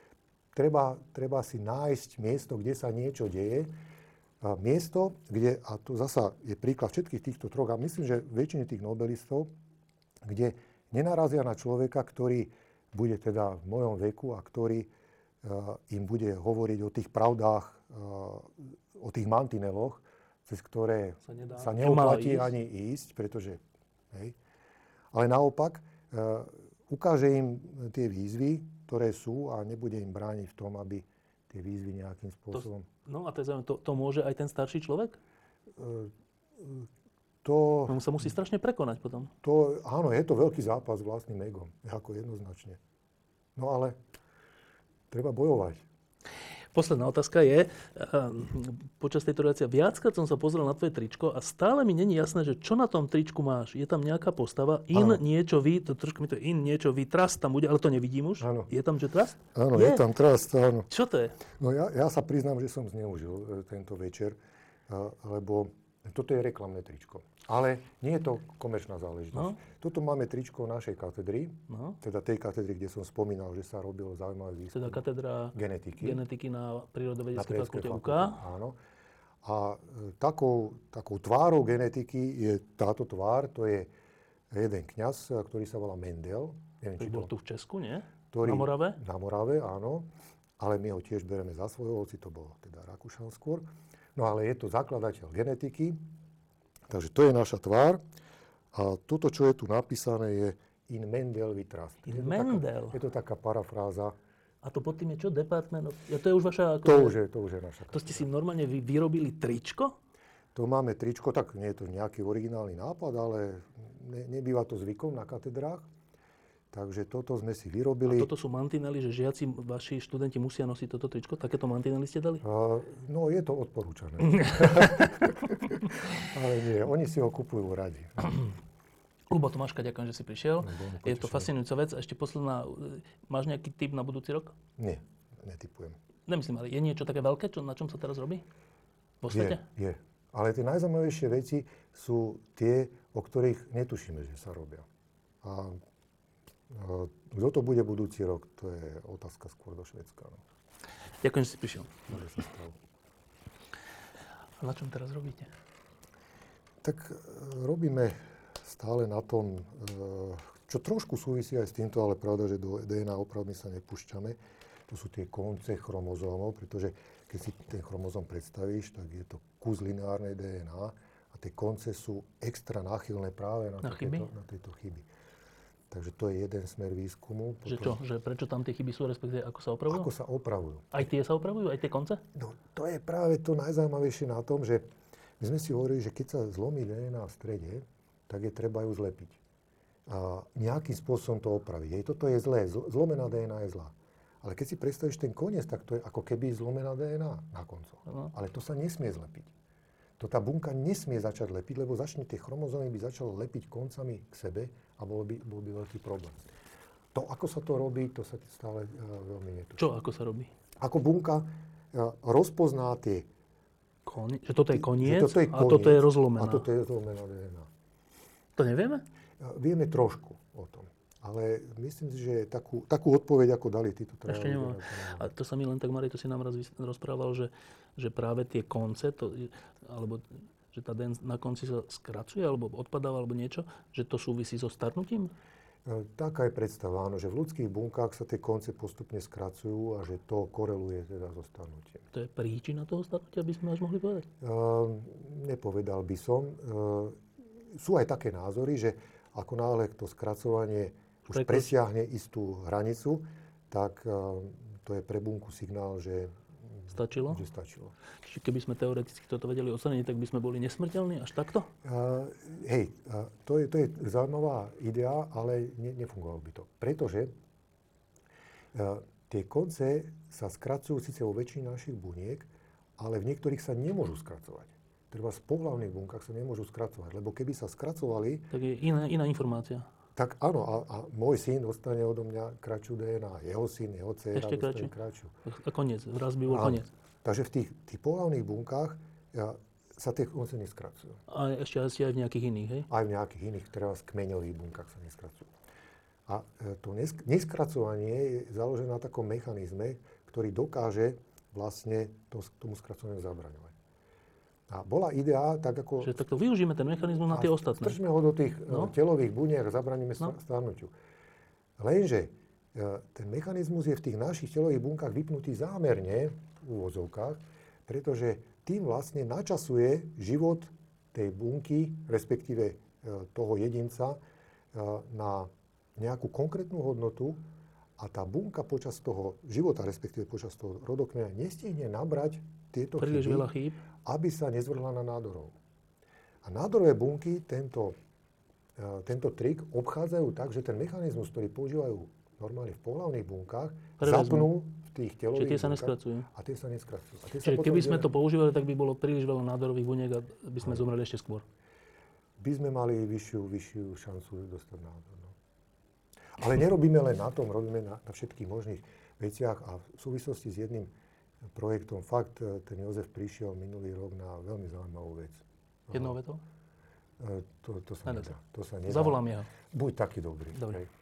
treba si nájsť miesto, kde sa niečo deje. A miesto, kde, a tu zasa je príklad všetkých týchto troch, a myslím, že väčšine tých nobelistov, kde nenarazia na človeka, ktorý bude teda v mojom veku a ktorý im bude hovoriť o tých pravdách, o tých mantineloch, cez ktoré sa neoplatí ani ísť, pretože... Hej. Ale naopak, ukáže im tie výzvy, ktoré sú a nebude im brániť v tom, aby tie výzvy nejakým spôsobom... To môže aj ten starší človek? On sa musí strašne prekonať potom. Áno, je to veľký zápas s vlastným egom, ako jednoznačne. No ale treba bojovať. Posledná otázka je, počas tejto relácie viackrát som sa pozrel na tvoje tričko a stále mi není jasné, že čo na tom tričku máš. Je tam nejaká postava, niečo trust tam bude, ale to nevidím už. Áno. Je tam, že trust? Áno, je tam trust, áno. Čo to je? No ja sa priznám, že som zneužil tento večer, lebo toto je reklamné tričko. Ale nie je to komerčná záležitosť. No. Toto máme tričko našej katedry, teda tej katedry, kde som spomínal, že sa robilo zaujímavé výskum. Teda katedra genetiky na Prírodovedeckej fakulte UK. Áno. A takou tvárou genetiky je táto tvár, to je jeden kňaz, ktorý sa volá Mendel. Neviem, bol tu v Česku, nie? Na Morave? Na Morave, áno. Ale my ho tiež bereme za svojho, hoci to bolo teda Rakúšan skôr. No ale je to zakladateľ genetiky, takže to je naša tvár. A toto, čo je tu napísané, je In Mendel we trust. Je to taká parafráza. A to pod tým je čo? Department? To je už vaša... To už je naša. To ste si normálne vyrobili tričko? To máme tričko, tak nie je to nejaký originálny nápad, ale nebýva to zvykom na katedrách. Takže toto sme si vyrobili. A toto sú mantinely, že žiaci, vaši študenti musia nosiť toto tričko? Takéto mantinely ste dali? No, je to odporúčané. Ale nie, oni si ho kupujú radi. Ľubo Tomáška, ďakujem, že si prišiel. Je to fascinujúca vec. A ešte posledná, máš nejaký tip na budúci rok? Nie, netipujem. Nemyslím, ale je niečo také veľké, na čom sa teraz robí? Vo svete? Je. Ale tie najzaujímavejšie veci sú tie, o ktorých netušíme, že sa robia. A kto to bude budúci rok, to je otázka skôr do Švédska. No. Ďakujem, že si prišiel. A na čom teraz robíte? Tak robíme stále na tom, čo trošku súvisí aj s týmto, ale pravda, že do DNA opravdu sa nepúšťame. To sú tie konce chromozómov, pretože keď si ten chromozóm predstavíš, tak je to kus lineárnej DNA a tie konce sú extra náchylné práve na tieto chyby. Takže to je jeden smer výskumu. Že čo? Že prečo tam tie chyby sú, respektíve ako sa opravujú? Ako sa opravujú. Aj tie sa opravujú? Aj tie konce? No, to je práve to najzaujímavejšie na tom, že my sme si hovorili, že keď sa zlomí DNA v strede, tak je treba ju zlepiť. nejakým spôsobom to opraviť. Toto je zlé, zlomená DNA je zlá. Ale keď si predstavíš ten koniec, tak to je ako keby zlomená DNA na koncoch. Ale to sa nesmie zlepiť. To tá bunka nesmie začať lepiť, lebo začne tie chromozómy by začalo lepiť koncami k sebe a bol by veľký problém. To, ako sa to robí, to sa stále veľmi netuší. Čo ako sa robí? Ako bunka rozpozná tie... Že toto je koniec, a toto je rozlomená. A toto je rozlomená DNA. To nevieme? Vieme trošku o tom. Ale myslím si, že takú odpoveď, ako dali títo traja. Ešte nemám. A to sa mi len tak, Marek, to si nám raz rozprával, že práve tie konce, alebo že tá DNA na konci sa skracuje, alebo odpadáva, alebo niečo, že to súvisí so starnutím? Taká je predstava, áno, že v ľudských bunkách sa tie konce postupne skracujú a že to koreluje teda so starnutím. To je príčina toho starnutia, by sme až mohli povedať? Nepovedal by som. Sú aj také názory, že ako náhle to skracovanie už presiahne istú hranicu, tak to je pre bunku signál, že stačilo. Čiže keby sme teoreticky toto vedeli odstrániť, tak by sme boli nesmrteľní až takto? To je zaujímavá idea, ale nefungovalo by to. Pretože tie konce sa skracujú síce vo väčšine našich buniek, ale v niektorých sa nemôžu skracovať. Treba v pohlavných bunkách sa nemôžu skracovať, lebo keby sa skracovali... Tak je iná informácia. Tak áno, a môj syn dostane odo mňa kratšiu DNA, jeho syn, jeho dcéra dostane kratšiu. A koniec, raz by bol koniec. Takže v tých pohlavných bunkách sa tie konce neskracujú. A ešte asi aj v nejakých iných, hej? Aj v nejakých iných, treba v kmeňových bunkách sa neskracujú. A to neskracovanie je založené na takom mechanizme, ktorý dokáže vlastne tomu skracovaniu zabraňovať. A bola idea, tak ako... Že takto využíme ten mechanizmus na tie ostatné. Strčme ho do tých telových buniek a zabraníme starnutiu. Lenže ten mechanizmus je v tých našich telových bunkách vypnutý zámerne v úvozovkách, pretože tým vlastne načasuje život tej bunky, respektíve toho jedinca na nejakú konkrétnu hodnotu a tá bunka počas toho života, respektíve počas toho rodokmeňa nestihne nabrať tieto príliš chyby, veľa chýb, aby sa nezvrhla na nádorov. A nádorové bunky tento trik obchádzajú tak, že ten mechanizmus, ktorý používajú normálne v pohlavných bunkách, zapnú v tých telových bunkách. Čiže tie sa neskracujú. A tie sa neskracujú. Čiže keby sme to používali, tak by bolo príliš veľa nádorových buniek a by sme zomreli ešte skôr. By sme mali vyššiu šancu dostať nádor. No. Ale nerobíme len na tom, robíme na všetkých možných veciach a v súvislosti s jedným projektom fakt ten Jozef prišiel minulý rok na veľmi zaujímavú vec. Jednou vetou? To sa nedá. Zavolám jeho. Buď taký dobrý. Dobre.